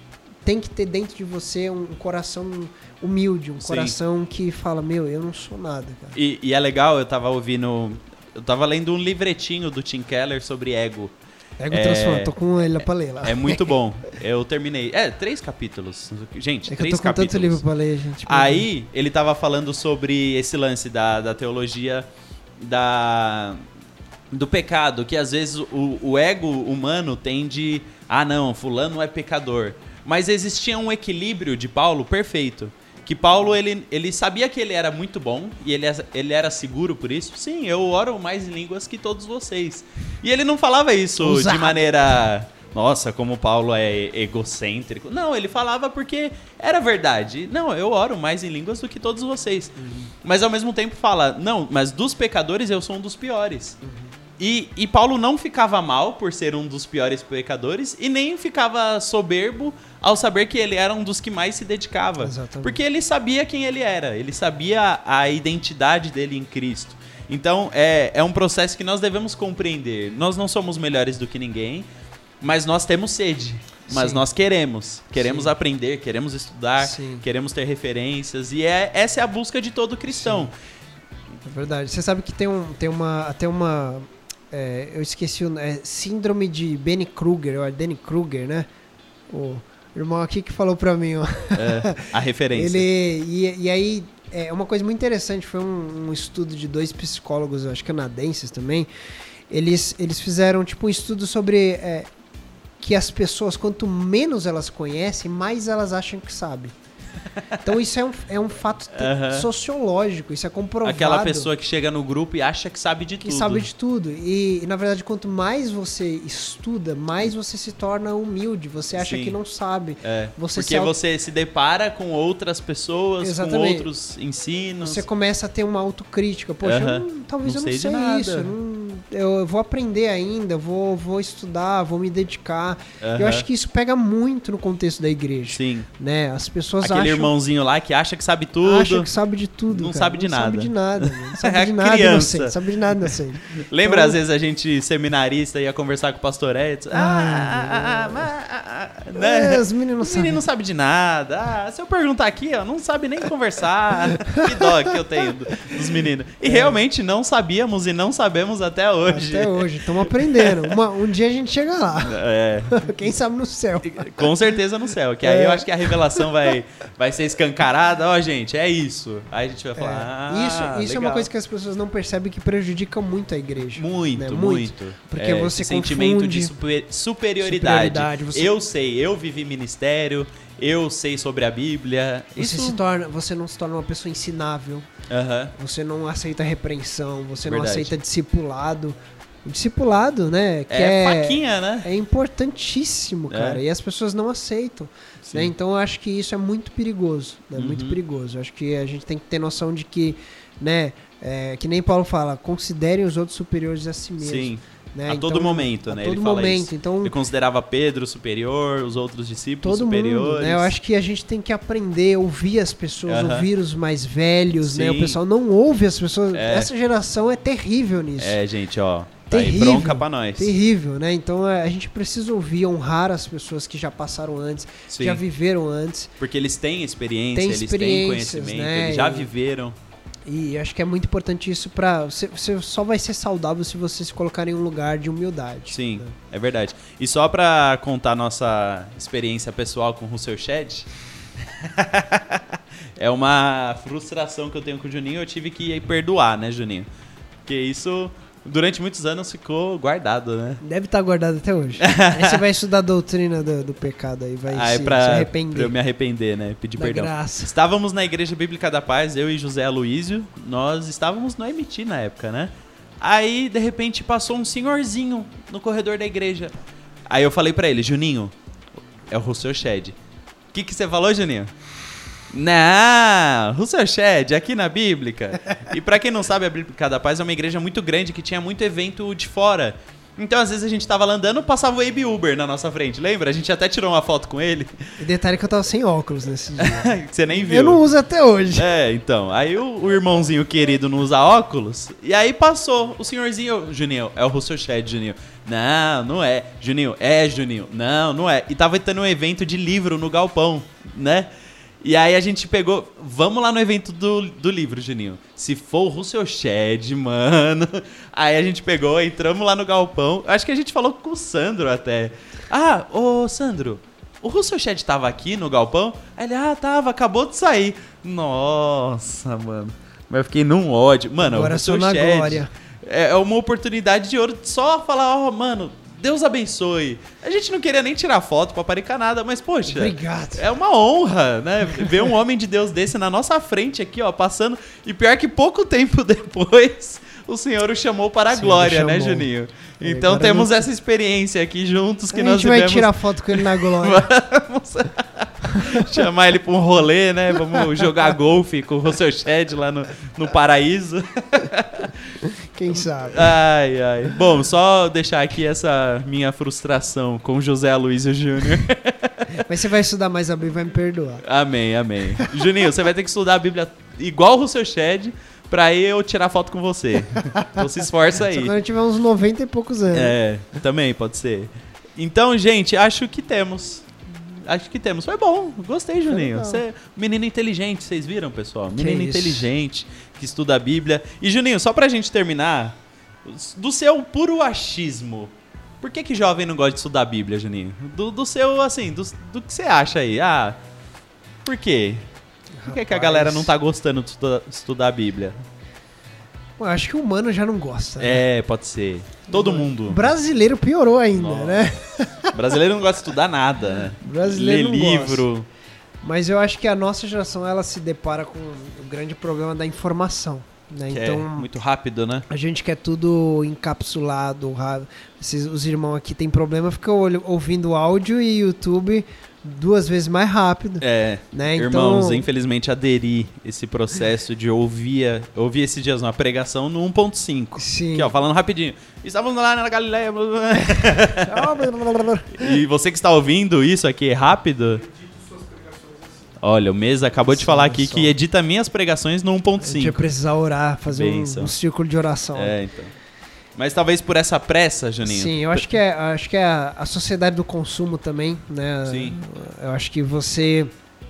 tem que ter dentro de você um coração humilde, um Sim. coração que fala, meu, eu não sou nada, cara. E, e é legal, eu tava ouvindo... Eu tava lendo um livretinho do Tim Keller sobre ego. Ego É- transforma, tô com ele pra ler lá. É muito bom. Eu terminei. É, três capítulos. Gente, É que eu três tô com capítulos. tanto livro pra ler, gente. Aí, ele tava falando sobre esse lance da, da teologia da, do pecado, que às vezes o, o ego humano tende... Ah, não, fulano é pecador. Mas existia um equilíbrio de Paulo perfeito. Que Paulo, ele, ele sabia que ele era muito bom e ele, ele era seguro por isso. Sim, eu oro mais em línguas que todos vocês. E ele não falava isso Ousado. de maneira... Nossa, como Paulo é egocêntrico. Não, ele falava porque era verdade. Não, eu oro mais em línguas do que todos vocês. Uhum. Mas ao mesmo tempo fala, não, mas dos pecadores eu sou um dos piores. Uhum. E, e Paulo não ficava mal por ser um dos piores pecadores e nem ficava soberbo ao saber que ele era um dos que mais se dedicava. Exatamente. Porque ele sabia quem ele era, ele sabia a identidade dele em Cristo. Então é, é um processo que nós devemos compreender. Nós não somos melhores do que ninguém, mas nós temos sede. Mas Sim. nós queremos. Queremos Sim. aprender, queremos estudar, Sim. queremos ter referências. E é, essa é a busca de todo cristão. É verdade. Você sabe que tem, um, tem uma... Até uma é, eu esqueci o é, síndrome de Benny-Kruger, ou é Danny-Kruger, né? O irmão aqui que falou pra mim, ó. É, a referência. Ele, e, e aí, é uma coisa muito interessante, foi um, um estudo de dois psicólogos, acho que canadenses também. Eles, eles fizeram tipo um estudo sobre é, que as pessoas, quanto menos elas conhecem, mais elas acham que sabem. Então isso é um, é um fato te- Aham. sociológico, isso é comprovado. Aquela pessoa que chega no grupo e acha que sabe de que tudo. sabe de tudo. E, e, na verdade, quanto mais você estuda, mais você se torna humilde. Você acha Sim. que não sabe. É, Você porque se auto- você se depara com outras pessoas, Exatamente. com outros ensinos. Você começa a ter uma autocrítica. Poxa, Aham. eu não- talvez Não eu não sei sei, de nada. isso. Eu, não- eu- eu vou aprender ainda, vou, vou estudar, vou me dedicar. Aham. Eu acho que isso pega muito no contexto da igreja. Sim. Né? As pessoas Aquele acham, irmãozinho lá que acha que sabe tudo. acham que sabe de tudo. Não cara. sabe de não nada. Sabe de nada. mano. Não sabe É de nada, criança. inocente. Sabe de nada, inocente. Lembra, Então- às vezes, a gente, seminarista, ia conversar com o pastor Edson? Ah, ah, ah, ah, ah, ah, né? É, os meninos não Os sabem. meninos não sabem de nada. Ah, se eu perguntar aqui, ó, não sabe nem conversar. Que dó que eu tenho do- dos meninos. E realmente não sabíamos e não sabemos até hoje. Até hoje, estamos aprendendo. Uma- um dia a gente chega lá. É, Quem sabe no céu. com certeza no céu. Que aí É. eu acho que a revelação vai, vai ser escancarada. Ó, gente, é isso. Aí a gente vai falar, ah, isso isso é uma legal. coisa que as pessoas não percebem que prejudica muito a igreja. Muito, né? muito. Porque É, você esse sentimento confunde de super- superioridade. superioridade, você- Eu sei, eu vivi ministério, eu sei sobre a Bíblia. Você, Isso... se torna, você não se torna uma pessoa ensinável, Aham. você não aceita repreensão, você não Verdade. aceita discipulado. O discipulado, né? Que É, é, faquinha, né? é importantíssimo, É. cara. E as pessoas não aceitam. Sim. Né? Então eu acho que isso é muito perigoso. Né? Muito Uhum. perigoso. Eu acho que a gente tem que ter noção de que, né? É, que nem Paulo fala, considerem os outros superiores a si mesmo. Sim. Né? A Então, todo momento, a né? todo Ele fala momento. isso. Então, Ele considerava Pedro superior, os outros discípulos todo superiores. mundo, né? Eu acho que a gente tem que aprender, ouvir as pessoas, Aham. ouvir os mais velhos, né? O Sim. pessoal não ouve as pessoas. É. Essa geração é terrível nisso. É, gente, ó. Tá aí Terrível, bronca pra nós. Terrível, né? Então é, a gente precisa ouvir, honrar as pessoas que já passaram antes, Sim. já viveram antes. Porque eles têm experiência, Tem eles têm experiências, conhecimento, né? eles já E- viveram. E acho que é muito importante isso pra. Você, você só vai ser saudável se você se colocar em um lugar de humildade. Sim, né? é verdade. E só pra contar nossa experiência pessoal com o Russell Shedd, é uma frustração que eu tenho com o Juninho, eu tive que perdoar, né, Juninho? Porque isso, durante muitos anos, ficou guardado, né? Deve estar guardado até hoje. Aí você vai estudar a doutrina do, do pecado aí, vai Ah, é se, pra, se pra arrepender. eu me arrepender, né? Pedir da perdão. graça. Estávamos na Igreja Bíblica da Paz, eu e José Aloísio, nós estávamos no M T na época, né? Aí, de repente, passou um senhorzinho no corredor da igreja. Aí eu falei pra ele, Juninho, é o Russell Shedd. O que que você falou, Juninho? Não, Russell Shedd, aqui na Bíblica. E pra quem não sabe, a Bíblica da Paz é uma igreja muito grande que tinha muito evento de fora. Então, às vezes, a gente tava lá andando, passava o Abe Uber na nossa frente, lembra? A gente até tirou uma foto com ele. E detalhe que eu tava sem óculos nesse dia. Que você nem viu. Eu não uso até hoje. É, então. Aí o, o irmãozinho querido não usa óculos. E aí passou o senhorzinho. Juninho, é o Russell Shedd, Juninho. Não, não é. Juninho, é, Juninho. Não, não é. E tava tendo um evento de livro no galpão, né? E aí a gente pegou... Vamos lá no evento do, do livro, Juninho. Se for o Russell Shedd, mano... Aí a gente pegou, entramos lá no galpão. Acho que a gente falou com o Sandro até. Ah, ô Sandro, o Russell Shedd tava aqui no galpão? Aí ele, ah, tava, acabou de sair. Nossa, mano. Mas eu fiquei num ódio. Mano, Agora o Russell na Shedd glória. é uma oportunidade de ouro de só falar, ó, oh, mano... Deus abençoe. A gente não queria nem tirar foto pra aparecer nada, mas, poxa... Obrigado. É uma honra, né? Ver um homem de Deus desse na nossa frente aqui, ó, passando. E pior que pouco tempo depois, o Senhor o chamou para a Sim, glória, chamou. né, Juninho? É, então agora temos não... essa experiência aqui juntos que a nós gente vai vivemos. tirar foto com ele na glória. Vamos chamar ele pra um rolê, né? Vamos jogar golfe com o Russell Shedd lá no, no paraíso. Quem sabe? Ai, ai. Bom, só deixar aqui essa minha frustração com o José Aloysio Júnior Mas você vai estudar mais a Bíblia e vai me perdoar. Amém, amém. Juninho, você vai ter que estudar a Bíblia igual o Russell Shedd pra eu tirar foto com você. Então se esforça aí. Só quando eu tiver uns noventa e poucos anos. É, também pode ser. Então, gente, acho que temos. Acho que temos. Foi bom. Gostei, Juninho. Você, menino inteligente, vocês viram, pessoal? Menino Que inteligente, que estuda a Bíblia. E, Juninho, só pra gente terminar, do seu puro achismo, por que que jovem não gosta de estudar a Bíblia, Juninho? Do, do seu, assim, do, do que você acha aí? Ah, por quê? Por que que a galera não tá gostando de estudar, estudar a Bíblia? Eu acho que o humano já não gosta. Né? É, pode ser. Todo mundo. O brasileiro piorou ainda, Nossa. né? O brasileiro não gosta de estudar nada, né? O brasileiro Ler não livro. gosta. Mas eu acho que a nossa geração ela se depara com o grande problema da informação. Né? Que Então, é muito rápido, né? a gente quer tudo encapsulado. Esses, os irmãos aqui têm problema, ficam ouvindo áudio e YouTube duas vezes mais rápido. É, né? irmãos, Então, infelizmente aderi esse processo de ouvir, ouvir esses dias uma pregação no um ponto cinco. sim. Aqui, ó, falando rapidinho. Estávamos lá na Galileia. E você que está ouvindo isso aqui rápido... Olha, o Mesa acabou de Sim, falar aqui só. que edita minhas pregações no um ponto A gente ia cinco. precisar orar, fazer um, Benção. um círculo de oração. É, então. Mas talvez por essa pressa, Juninho. Sim, eu acho que é, acho que é a, a sociedade do consumo também, né? Sim. Eu acho que você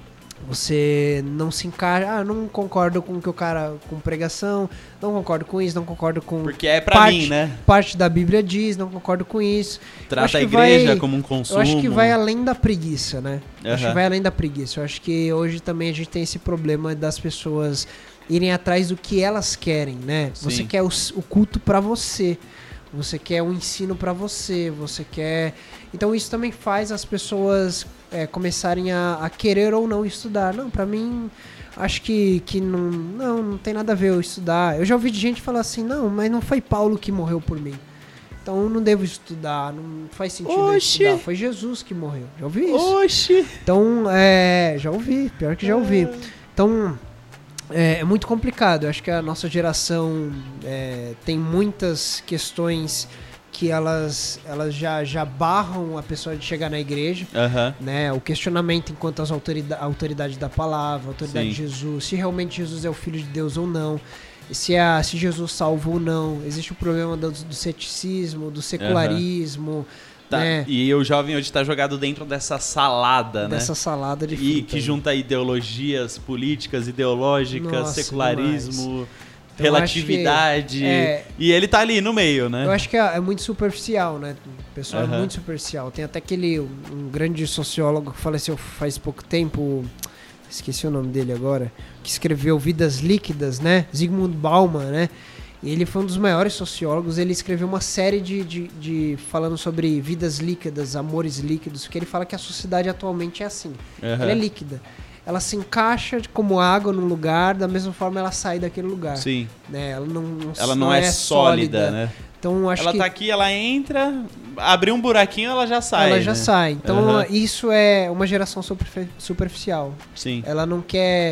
você não se encaixa, ah, não concordo com o que o cara com pregação, não concordo com isso, não concordo com Porque é pra parte, mim, né? parte da Bíblia diz, não concordo com isso. Eu Trata acho a que igreja vai- como um consumo. Eu acho que vai além da preguiça, né? Eu Acho Aham. que vai além da preguiça. Eu acho que hoje também a gente tem esse problema das pessoas irem atrás do que elas querem, né? Você Sim. quer o, s- o culto pra você. Você quer o ensino pra você. Você quer... Então isso também faz as pessoas é, começarem a, a querer ou não estudar. Não, pra mim... Acho que, que não, não, não tem nada a ver eu estudar. Eu já ouvi de gente falar assim, não, mas não foi Paulo que morreu por mim. Então eu não devo estudar, não faz sentido eu Oxi. estudar. Foi Jesus que morreu. Já ouvi isso. Oxi! Então, é, já ouvi, pior que já ouvi. Então, é, é muito complicado. Eu acho que a nossa geração é, tem muitas questões que elas, elas já, já barram a pessoa de chegar na igreja. Aham. Né, o questionamento enquanto às autorida- autoridade da palavra, a autoridade Sim. de Jesus, se realmente Jesus é o Filho de Deus ou não, se, é, se Jesus salva ou não. Existe o problema do, do ceticismo, do secularismo, Tá, né, e o jovem hoje tá jogado dentro dessa salada, dessa né? salada de E fruta, que né? junta ideologias políticas, ideológicas, Nossa, secularismo, Então, relatividade. acho que, é, E ele tá ali no meio, né? Eu acho que é, é muito superficial, né? O pessoal Aham. é muito superficial. Tem até aquele um, um grande sociólogo que faleceu faz pouco tempo, esqueci o nome dele agora, que escreveu Vidas Líquidas, né? Zygmunt Bauman, né? E ele foi um dos maiores sociólogos. Ele escreveu uma série de, de, de falando sobre vidas líquidas, amores líquidos, porque ele fala que a sociedade atualmente é assim. Aham. Ela é líquida. Ela se encaixa como água num lugar, da mesma forma ela sai daquele lugar. Sim. Né? Ela não, não, Ela não, é, sólida, né? Então acho Ela que tá aqui, ela entra, abriu um buraquinho, ela já sai. ela já né? sai. Então Aham. isso é uma geração superfe- superficial. Sim. Ela não quer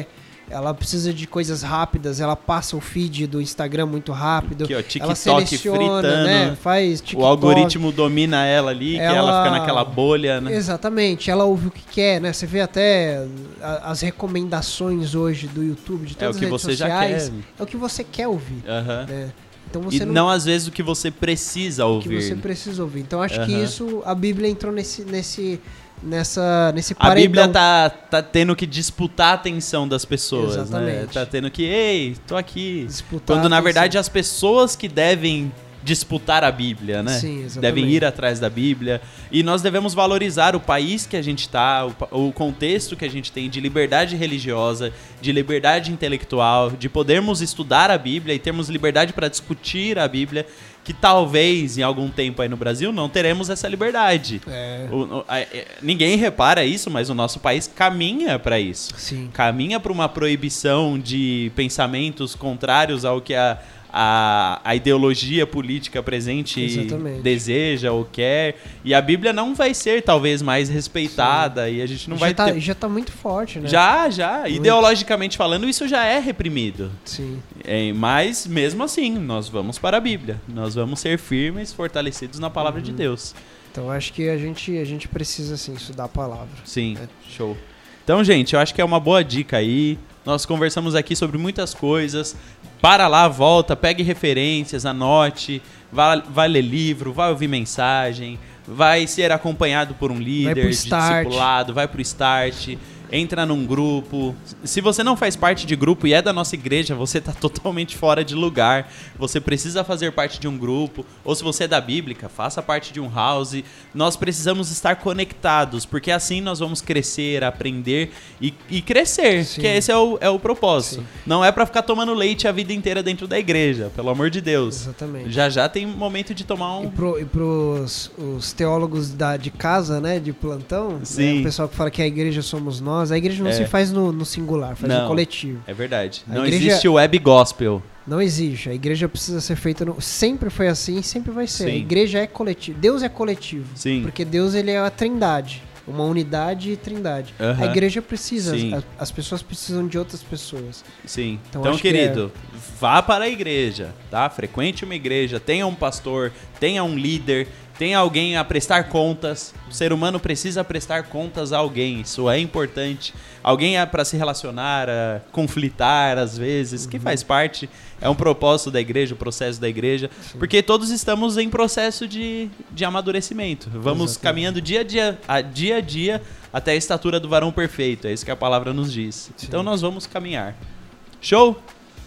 ela precisa de coisas rápidas, ela passa o feed do Instagram muito rápido. Aqui, ó, TikTok ela seleciona, fritando, né? Faz TikTok. O algoritmo domina ela ali, ela... que ela fica naquela bolha, né? Exatamente, ela ouve o que quer, né? Você vê até as recomendações hoje do YouTube, de todas é o que as redes você sociais. Já quer. É o que você quer ouvir. Uhum. Né? Então você e não... não às vezes o que você precisa ouvir. O que você precisa ouvir. Então acho uhum. que isso, a Bíblia entrou nesse, nesse, nessa, nesse paredão. A Bíblia tá, tá tendo que disputar a atenção das pessoas. Exatamente. Né? Tá tendo que, ei, tô aqui. Disputar Quando na atenção. verdade as pessoas que devem disputar a Bíblia, né? Sim, exatamente. Devem ir atrás da Bíblia. E nós devemos valorizar o país que a gente tá, o, o contexto que a gente tem de liberdade religiosa, de liberdade intelectual, de podermos estudar a Bíblia e termos liberdade para discutir a Bíblia, que talvez em algum tempo aí no Brasil não teremos essa liberdade. É. O, o, a, ninguém repara isso, mas o nosso país caminha para isso. Sim. Caminha para uma proibição de pensamentos contrários ao que a A, a ideologia política presente Exatamente. deseja ou quer. E a Bíblia não vai ser, talvez, mais respeitada. Sim. E a gente não já vai tá, ter... Já tá muito forte, né? Já, já. Muito. Ideologicamente falando, isso já é reprimido. Sim. É, mas, mesmo assim, nós vamos para a Bíblia. Nós vamos ser firmes, fortalecidos na palavra uhum. de Deus. Então, acho que a gente, a gente precisa, sim, estudar a palavra. Sim, né? Show. Então, gente, eu acho que é uma boa dica aí. Nós conversamos aqui sobre muitas coisas. Para lá, volta, pegue referências, anote, vai, vai ler livro, vai ouvir mensagem, vai ser acompanhado por um líder de discipulado, vai pro Start, entra num grupo. Se você não faz parte de grupo e é da nossa igreja, você está totalmente fora de lugar. Você precisa fazer parte de um grupo. Ou se você é da Bíblica, faça parte de um house. Nós precisamos estar conectados, porque assim nós vamos crescer, aprender e, e crescer. Sim. Que esse é o, é o propósito. Sim. Não é para ficar tomando leite a vida inteira dentro da igreja, pelo amor de Deus. Exatamente. Já já tem momento de tomar um... E, pro, e pros os teólogos da, de casa, né, de plantão, Sim. Né, o pessoal que fala que a igreja somos nós, a igreja não é. se faz no, no singular, faz não, no coletivo. É verdade. A não igreja... existe web gospel. Não existe. A igreja precisa ser feita... No... Sempre foi assim, sempre vai ser. Sim. A igreja é coletiva. Deus é coletivo. Sim. Porque Deus, ele é a trindade. Uma unidade e trindade. Uhum. A igreja precisa. Sim. As, as pessoas precisam de outras pessoas. Sim. Então, então querido, que é... vá para a igreja, tá? Frequente uma igreja, tenha um pastor, tenha um líder, tenha alguém a prestar contas. O ser humano precisa prestar contas a alguém. Isso é importante. Alguém é para se relacionar, a conflitar às vezes, uhum. que faz parte... É um propósito da igreja, o processo da igreja. Sim. Porque todos estamos em processo de, de amadurecimento. Vamos Exatamente. caminhando dia a dia, a dia a dia até a estatura do varão perfeito. É isso que a palavra nos diz. Sim. Então nós vamos caminhar. Show?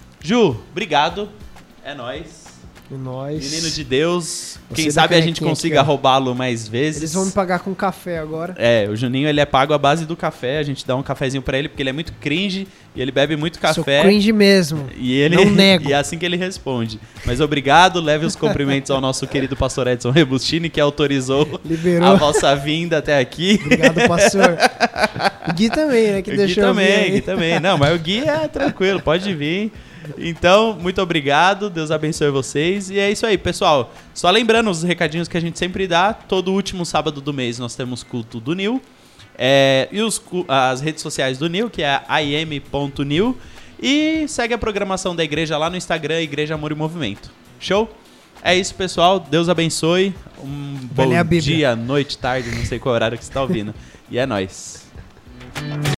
Ju, obrigado. É nóis. É nóis. Menino de Deus. Você Quem sabe a gente consiga roubá-lo mais vezes. Eles vão me pagar com café agora. É, o Juninho ele é pago à base do café. A gente dá um cafezinho pra ele porque ele é muito cringe e ele bebe muito café. Sou cringe mesmo. E ele não nego. E é assim que ele responde. Mas obrigado, leve os cumprimentos ao nosso querido pastor Edson Rebustini, que autorizou Liberou. a vossa vinda até aqui. Obrigado, pastor. O Gui também, né? Que o deixou Gui também, eu Gui também. Não, mas o Gui é tranquilo, pode vir. Então, muito obrigado, Deus abençoe vocês. E é isso aí, pessoal. Só lembrando os recadinhos que a gente sempre dá. Todo último sábado do mês nós temos culto do Nil. É, e os, as redes sociais do Nil, que é i m ponto nil. E segue a programação da igreja lá no Instagram, Igreja Amor e Movimento. Show? É isso, pessoal. Deus abençoe. Um bom dia, noite, tarde, não sei qual horário que você está ouvindo. E é nóis.